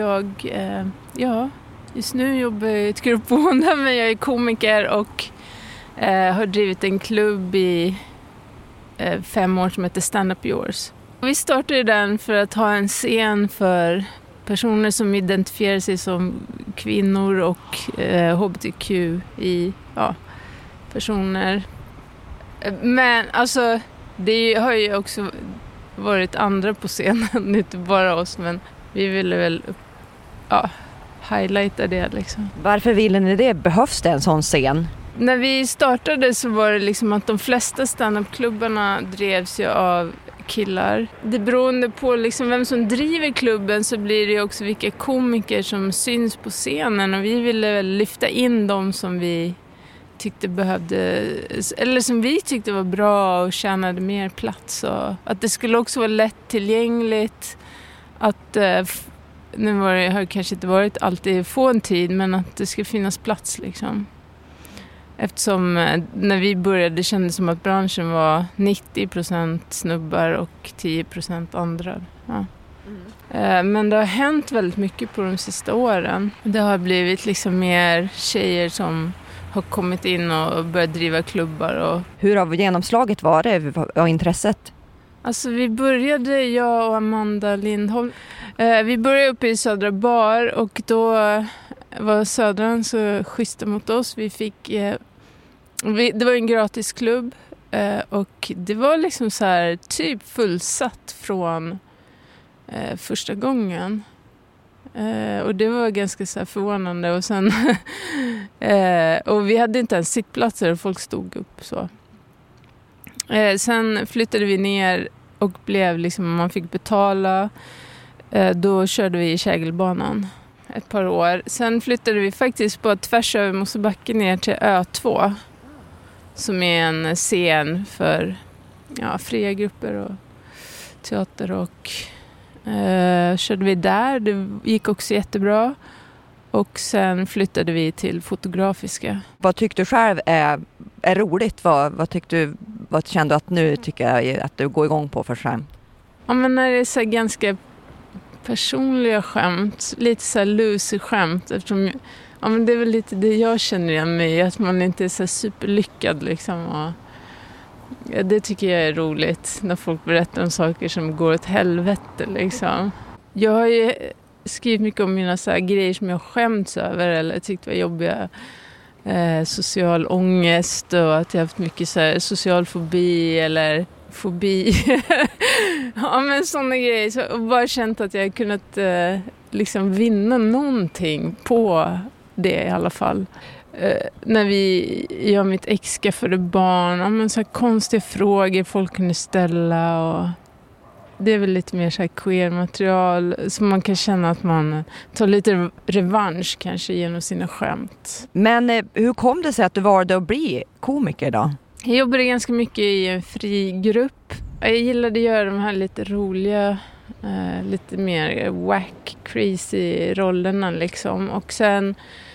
Just nu jobbar jag i ett gruppboende, men jag är komiker och har drivit en klubb i 5 år som heter Stand Up Yours. Vi startade den för att ha en scen för personer som identifierar sig som kvinnor och hbtq i personer. Men alltså det har ju också varit andra på scenen, inte bara oss, men vi ville väl highlighta det liksom. Varför ville ni det? Behövs det en sån scen? När vi startade så var det liksom att de flesta stand-up-klubbarna drevs ju av killar. Det beroende på liksom vem som driver klubben så blir det också vilka komiker som syns på scenen, och vi ville väl lyfta in dem som vi tyckte behövde, eller som vi tyckte var bra och tjänade mer plats, och att det skulle också vara lättillgängligt, att har kanske inte varit alltid få en tid, men att det ska finnas plats liksom. Eftersom när vi började kändes det som att branschen var 90% snubbar och 10% andra. Ja. Men det har hänt väldigt mycket på de sista åren. Det har blivit liksom mer tjejer som har kommit in och börjat driva klubbar. Och... Hur har genomslaget varit och intresset? Alltså vi började, jag och Amanda Lindholm, vi började uppe i Södra Bar, och då var Södran så schyssta mot oss. Vi fick Det var en gratisklubb och det var liksom så här typ fullsatt från första gången. Och det var ganska så här förvånande. Och sen och vi hade inte ens sittplatser och folk stod upp så. Sen flyttade vi ner och blev liksom, man fick betala. Då körde vi i Kägelbanan ett par år. Sen flyttade vi faktiskt på tvärs över Mosebacke ner till Ö2. Som är en scen för fria grupper och teater. Och körde vi där. Det gick också jättebra. Och sen flyttade vi till Fotografiska. Vad tyckte du själv är roligt? Vad kände du att nu tycker jag att du går igång på för skärm? Ja, men när det är så ganska personliga skämt, lite så här loser-skämt, eftersom men det är väl lite det jag känner igen mig, att man inte är så superlyckad liksom. Och det tycker jag är roligt när folk berättar om saker som går åt helvete liksom. Jag har ju skrivit mycket om mina så här grejer som jag skämts över eller tyckte var jobbiga. Social ångest och att jag haft mycket så här social fobi eller fobi. Ja, men sådana grejer. Så, och bara känt att jag kunnat liksom vinna någonting på det i alla fall. När jag och mitt ex skaffade barn, men så här konstiga frågor folk kunde ställa och det är väl lite mer så här queer-material som man kan känna att man tar lite revansch kanske genom sina skämt. Men hur kom det sig att du valde att bli komiker då? Jag jobbade ganska mycket i en fri grupp. Jag gillade att göra de här lite roliga, lite mer wack, crazy rollerna liksom. Och sen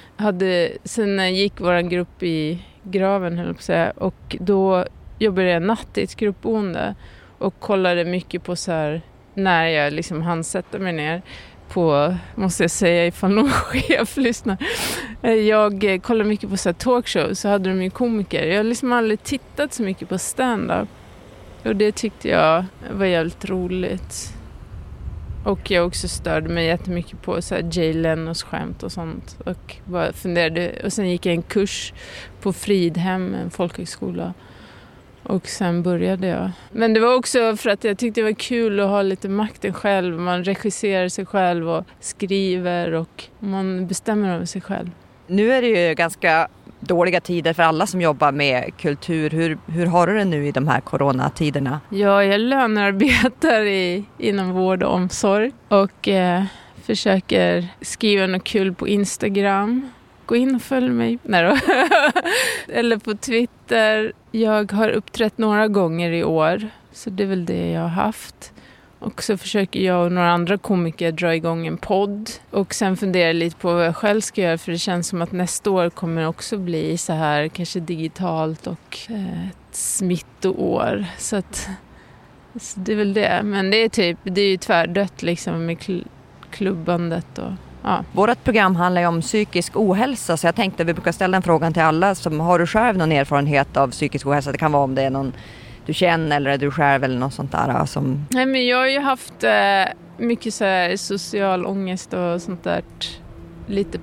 gick vår grupp i graven, höll jag på att säga. Och då jobbade jag natt i ett gruppboende. Och kollade mycket på så här, när jag liksom hann sätta mig ner på, måste jag säga ifall någon chef lyssnar. Jag kollade mycket på så här talkshows, så hade de ju komiker. Jag har liksom aldrig tittat så mycket på stand-up. Och det tyckte jag var jävligt roligt. Och jag också störde mig jättemycket på så här Jay Lennos skämt och sånt. Och bara funderade. Och sen gick jag en kurs på Fridhem, en folkhögskola. Och sen började jag. Men det var också för att jag tyckte det var kul att ha lite makten själv. Man regisserar sig själv och skriver och man bestämmer över sig själv. Nu är det ju ganska dåliga tider för alla som jobbar med kultur. Hur har du det nu i de här coronatiderna? Ja, jag lönearbetar inom vård och omsorg. Och försöker skriva något kul på Instagram. Gå in och följ mig. Nej då. Eller på Twitter. Jag har uppträtt några gånger i år. Så det är väl det jag har haft. Och så försöker jag och några andra komiker dra igång en podd. Och sen funderar lite på vad jag själv ska göra. För det känns som att nästa år kommer också bli så här. Kanske digitalt och ett smittoår. Så det är väl det. Men det är ju tvärdött liksom med klubbandet och... Ja. Vårt program handlar ju om psykisk ohälsa, så jag tänkte att vi brukar ställa den frågan till alla. Har du själv någon erfarenhet av psykisk ohälsa? Det kan vara om det är någon du känner eller är du själv eller något sånt där. Som... Nej, men jag har ju haft mycket så här social ångest och sånt där. Lite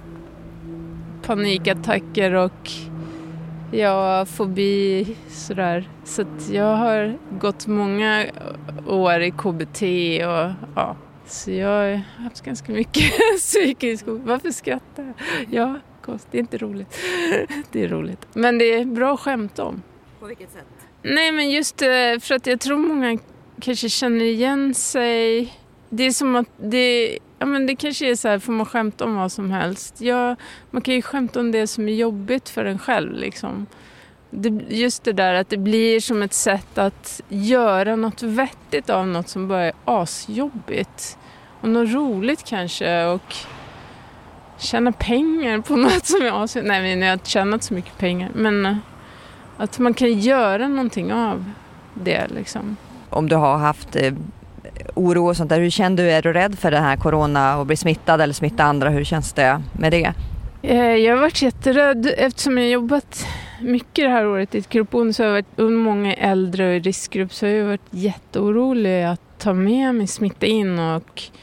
panikattacker och fobi sådär. Så att jag har gått många år i KBT och ja. Så jag har haft ganska mycket psykisk. Varför skrattar jag? Ja, det är inte roligt. Det är roligt. Men det är bra skämt om. På vilket sätt? Nej, men just för att jag tror många kanske känner igen sig. Det är som att det kanske är så här, får man skämta om vad som helst. Ja, man kan ju skämta om det som är jobbigt för en själv liksom. Just det där att det blir som ett sätt att göra något vettigt av något som bara är asjobbigt. Och något roligt kanske och tjäna pengar på något som är asjobbigt. Nej, men jag har inte tjänat så mycket pengar. Men att man kan göra någonting av det liksom. Om du har haft oro och sånt där, hur känner du? Är du rädd för den här corona och bli smittad eller smitta andra? Hur känns det med det? Jag har varit jätterädd eftersom jag jobbat mycket det här året i ett gruppboende, så har jag varit många äldre och i riskgrupp, så har jag varit jätteorolig att ta med mig smitta in och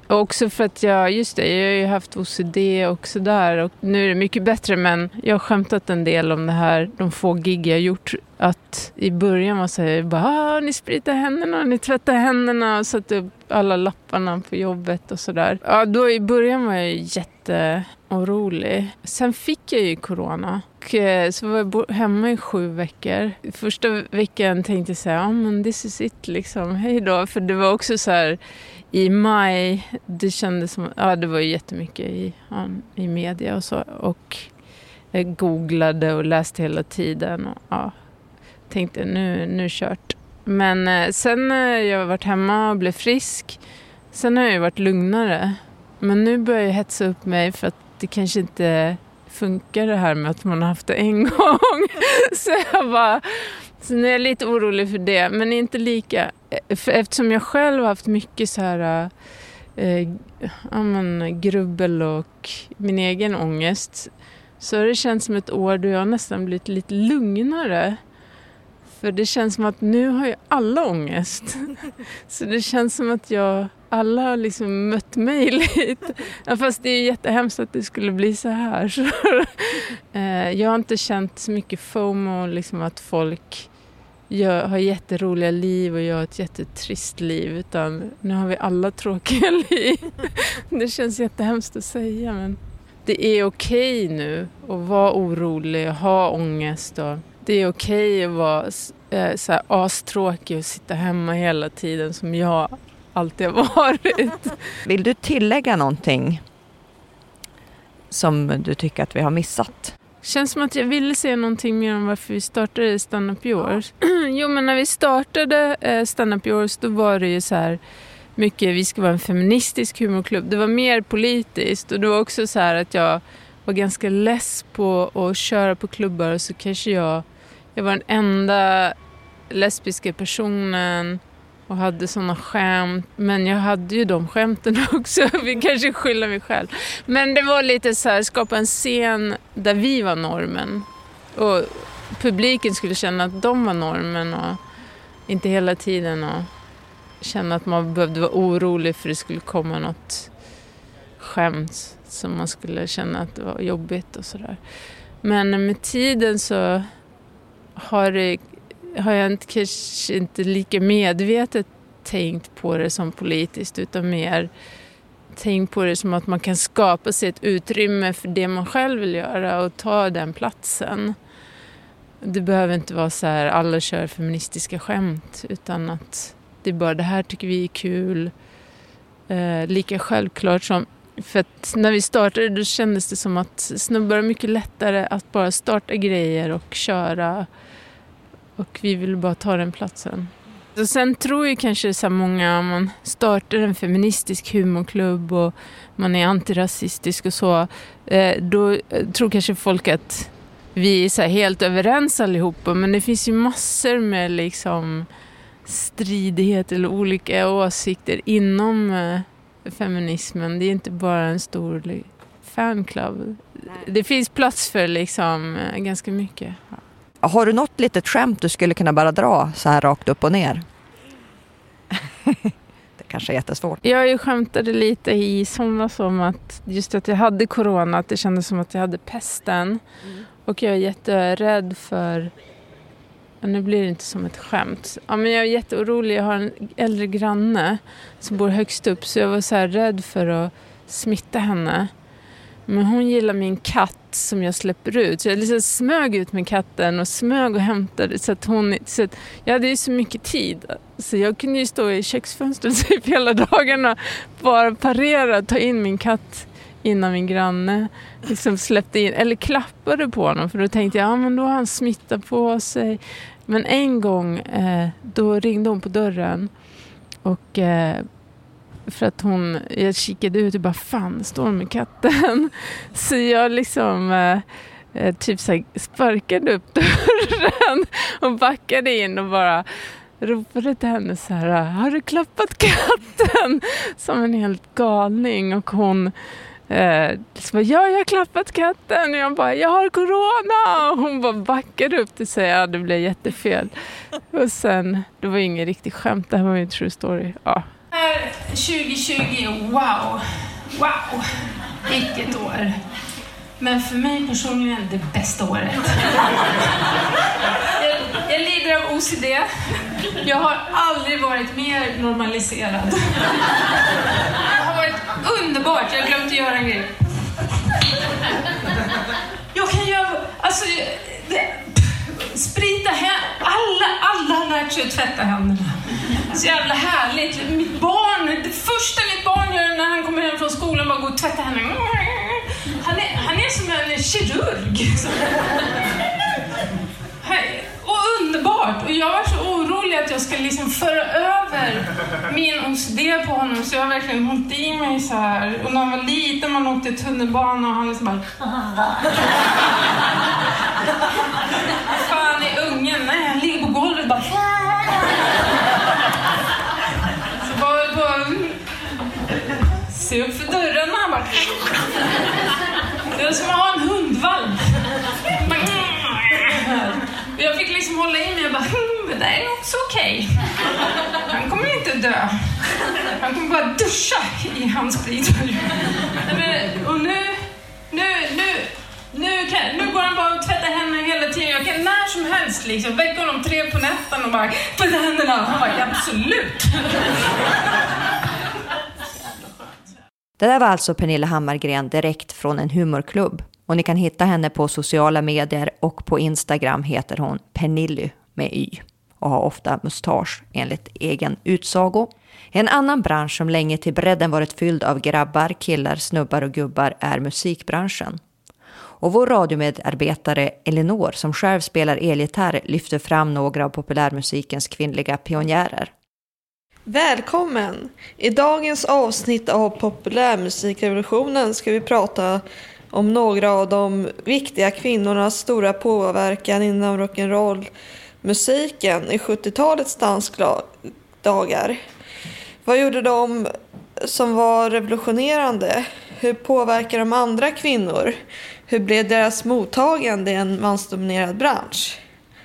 Och också för att jag har ju haft OCD och sådär. Och nu är det mycket bättre, men jag har skämtat en del om det här. De få gig jag gjort. Att i början var så här, ni spritar händerna, ni tvättar händerna. Och satte upp alla lapparna på jobbet och sådär. Ja, då i början var jag jätteorolig. Sen fick jag ju corona. Och så var jag hemma i 7 veckor. Första veckan tänkte jag så här, men this is it liksom, hej då. För det var också så här, i maj, det kändes som, det var ju jättemycket i media och så. Och jag googlade och läste hela tiden och tänkte nu kört. Men sen när jag varit hemma och blev frisk, sen har jag varit lugnare. Men nu börjar jag hetsa upp mig för att det kanske inte funkar det här med att man har haft det en gång. Så nu är jag lite orolig för det, men inte lika. Eftersom jag själv har haft mycket så här grubbel och min egen ångest, så det känns som ett år då jag nästan blivit lite lugnare. För det känns som att nu har jag alla ångest. Så det känns som att alla har liksom mött mig lite. Fast det är jättehemskt att det skulle bli så här. Så, jag har inte känt så mycket FOMO, liksom att folk har jätteroliga liv och jag har ett jättetrist liv. Utan nu har vi alla tråkiga liv. Det känns jättehemskt att säga, men det är okej nu att vara orolig och ha ångest. Och det är okej att vara så här astråkig och sitta hemma hela tiden som jag alltid har varit. Vill du tillägga någonting som du tycker att vi har missat? Känns som att jag ville säga någonting mer om varför vi startade Stand Up Yours. Jo, men när vi startade Stand Up Yours, då var det ju så här mycket, vi ska vara en feministisk humorklubb. Det var mer politiskt, och det var också så här att jag var ganska less på att köra på klubbar, och så kanske jag var den enda lesbiska personen och hade såna skämt. Men jag hade ju de skämten också. Vi kanske skyller mig själv. Men det var lite så här, skapa en scen där vi var normen. Och publiken skulle känna att de var normen. Och inte hela tiden och känna att man behövde vara orolig för det skulle komma något skämt som man skulle känna att det var jobbigt och sådär. Men med tiden så har jag kanske inte lika medvetet tänkt på det som politiskt, utan mer tänkt på det som att man kan skapa sig ett utrymme för det man själv vill göra och ta den platsen. Det behöver inte vara så här alla kör feministiska skämt, utan att det är bara det här tycker vi är kul. Lika självklart som, för att när vi startade då kändes det som att snubbar är mycket lättare att bara starta grejer och köra. Och vi vill bara ta den platsen. Och sen tror ju kanske så många, om man startar en feministisk humorklubb och man är antirasistisk och så, då tror kanske folk att vi är så här helt överens allihopa. Men det finns ju massor med liksom stridighet eller olika åsikter inom feminismen. Det är inte bara en stor fanclub. Det finns plats för liksom ganska mycket. Har du något litet skämt du skulle kunna bara dra så här rakt upp och ner? Det kanske är jättesvårt. Jag skämtade lite i somras om att just att jag hade corona, att det kändes som att jag hade pesten. Och jag är jätterädd för, nu blir det inte som ett skämt. Ja, men jag är jätteorolig, jag har en äldre granne som bor högst upp, så jag var så här rädd för att smitta henne. Men hon gillar min katt som jag släpper ut. Så jag liksom smög ut med katten och smög och hämtade. Så att jag hade ju så mycket tid. Så jag kunde ju stå i köksfönstret typ hela dagarna. Bara parera, ta in min katt innan min granne liksom släppte in. Eller klappade på honom. För då tänkte jag, men då har han smittat på sig. Men en gång, då ringde hon på dörren. Och för att jag kikade ut och bara, fan, står hon med katten? Så jag liksom typ så här sparkade upp dörren och backade in och bara ropade till henne så här, har du klappat katten? Som en helt galning. Och hon så bara, jag har klappat katten. Och jag bara, jag har corona. Och hon bara backade upp till sig, ja, det blev jättefel. Och sen, det var ingen riktig skämt, det här var ju en true story. Ja. 2020, wow, vilket år. Men för mig personligen det bästa året. Jag lider av OCD. Jag har aldrig varit mer normaliserad. Det har varit underbart. Jag har glömt att göra en grej. Jag kan göra... Alltså... sprita alla har lärt sig att tvätta händerna. Så jävla härligt. Det första mitt barn gör när han kommer hem från skolan bara går och tvättar händerna. Han är som en kirurg. Och underbart. Och jag var så orolig att jag ska liksom föra över min OCD på honom. Så jag har verkligen hållit i mig så här. Och när han var liten man åkte tunnelbana och han liksom bara... Fan är ungen? Nej, han ligger på golvet bara... Så bara... Se upp för dörren och han bara... Det var som att ha en hundvalp. Jag fick liksom hålla i mig och bara... Men det är också okej. Han kommer inte dö. Han kommer bara duscha i hans sprit. Och nu går han bara och tvättar händerna hela tiden. Jag kan när som helst liksom väcka honom 3 på natten och bara tvätta händerna. Han bara absolut. Det där var alltså Pernilla Hammargren direkt från en humorklubb. Och ni kan hitta henne på sociala medier och på Instagram heter hon Pernilly med Y. Och har ofta mustasch enligt egen utsago. En annan bransch som länge till bredden varit fylld av grabbar, killar, snubbar och gubbar är musikbranschen. Och vår radiomedarbetare Elinor som själv spelar elgitarr lyfter fram några av populärmusikens kvinnliga pionjärer. Välkommen! I dagens avsnitt av Populärmusikrevolutionen ska vi prata om några av de viktiga kvinnornas stora påverkan inom rock'n'roll-musiken i 70-talets dansdagar. Vad gjorde de som var revolutionerande? Hur påverkar de andra kvinnor? Hur blev deras mottagande i en mansdominerad bransch?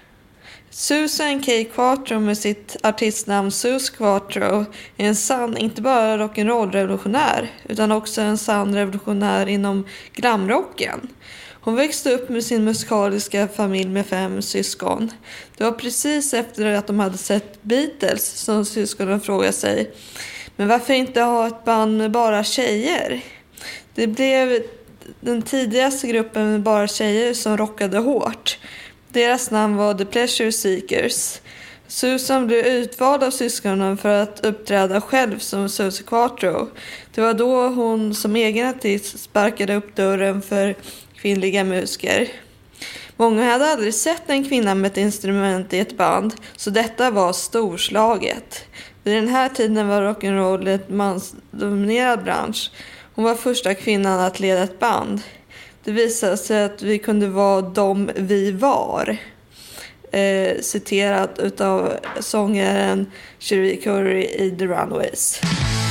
Susan K. Quatro med sitt artistnamn Sus Quatro är en sann, inte bara rock'n'roll-revolutionär utan också en sann revolutionär inom glamrocken. Hon växte upp med sin musikaliska familj med 5 syskon. Det var precis efter att de hade sett Beatles som syskonen frågade sig: men varför inte ha ett band med bara tjejer? Det blev den tidigaste gruppen med bara tjejer som rockade hårt. Deras namn var The Pleasure Seekers. Susan blev utvald av syskonen för att uppträda själv som Susie Quatro. Det var då hon som egen artist sparkade upp dörren för kvinnliga musiker. Många hade aldrig sett en kvinna med ett instrument i ett band, så detta var storslaget. Vid den här tiden var rock'n'roll ett mansdominerad bransch. Hon var första kvinnan att leda ett band. Det visade sig att vi kunde vara de vi var. Citerat utav sångaren Cherie Curry i The Runaways.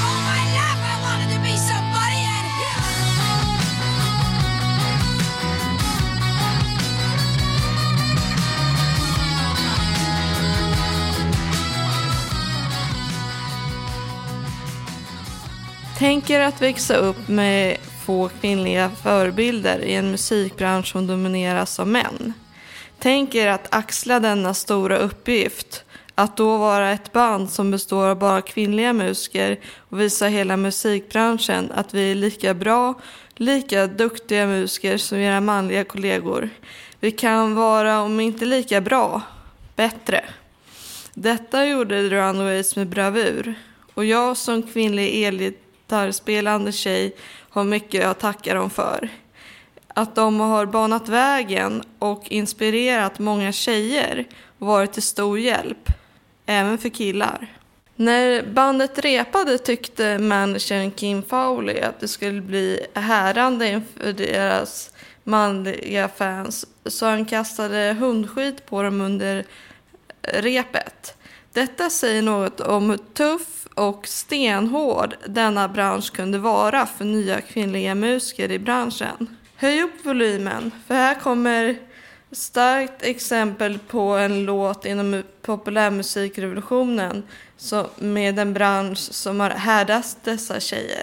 Tänker att växa upp med få kvinnliga förebilder i en musikbransch som domineras av män. Tänker att axla denna stora uppgift, att då vara ett band som består av bara kvinnliga musiker och visa hela musikbranschen att vi är lika bra, lika duktiga musiker som era manliga kollegor. Vi kan vara, om inte lika bra, bättre. Detta gjorde The Runaways med bravur. Och jag som kvinnlig elgitarrspelande tjej har mycket att tacka dem för. Att de har banat vägen och inspirerat många tjejer och varit till stor hjälp, även för killar. När bandet repade tyckte managern Kim Fowley att det skulle bli härande inför deras manliga fans, så han kastade hundskit på dem under repet. Detta säger något om hur tuff och stenhård denna bransch kunde vara för nya kvinnliga musiker i branschen. Höj upp volymen, för här kommer Starkt exempel på en låt inom populärmusikrevolutionen med en bransch som har härdat dessa tjejer.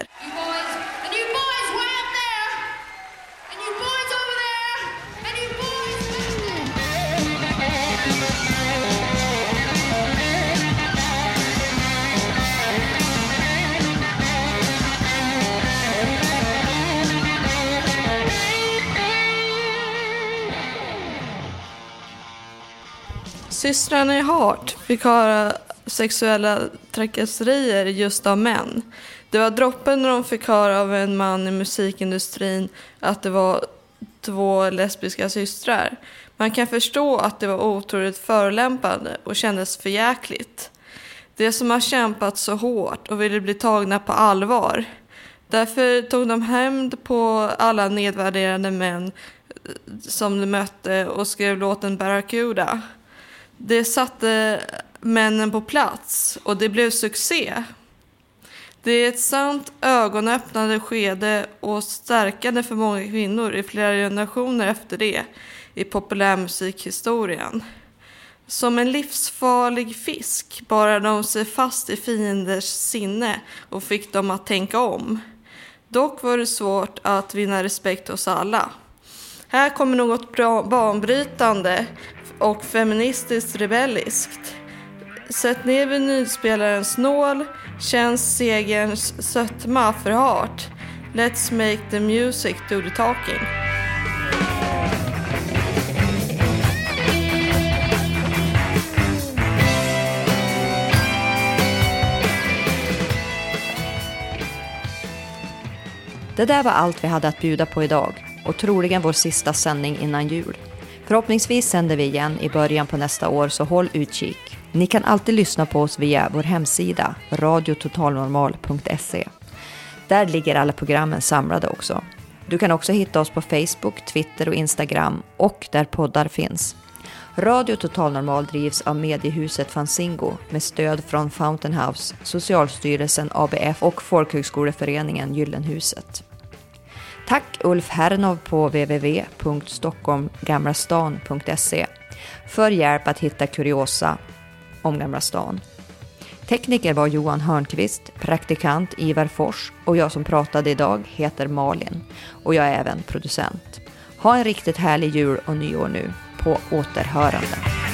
Systrarna i Hart fick höra sexuella trakasserier just av män. Det var droppen när de fick höra av en man i musikindustrin att det var 2 lesbiska systrar. Man kan förstå att det var otroligt förolämpande och kändes förjäkligt. Det som har kämpat så hårt och ville bli tagna på allvar. Därför tog de hämnd på alla nedvärderade män som de mötte och skrev låten Barracuda. Det satte männen på plats och det blev succé. Det är ett sant ögonöppnande skede och stärkande för många kvinnor i flera generationer efter det i populärmusikhistorien. Som en livsfarlig fisk bar de sig fast i fienders sinne och fick dem att tänka om. Dock var det svårt att vinna respekt hos alla. Här kommer något banbrytande och feministiskt rebelliskt. Sätt ner vinylspelarens nål, känns segerns sötma för Hart. Let's make the music do the talking. Det där var allt vi hade att bjuda på idag och troligen vår sista sändning innan jul. Förhoppningsvis sänder vi igen i början på nästa år, så håll utkik. Ni kan alltid lyssna på oss via vår hemsida radiototalnormal.se. Där ligger alla programmen samlade också. Du kan också hitta oss på Facebook, Twitter och Instagram och där poddar finns. Radio Total Normal drivs av mediehuset Fanzingo med stöd från Fountain House, Socialstyrelsen, ABF och Folkhögskoleföreningen Gyllenhuset. Tack Ulf Hernov på www.stockholmgamlastan.se för hjälp att hitta kuriosa om Gamla stan. Tekniker var Johan Hörnqvist, praktikant Ivar Fors och jag som pratade idag heter Malin och jag är även producent. Ha en riktigt härlig jul och nyår nu. På återhörande.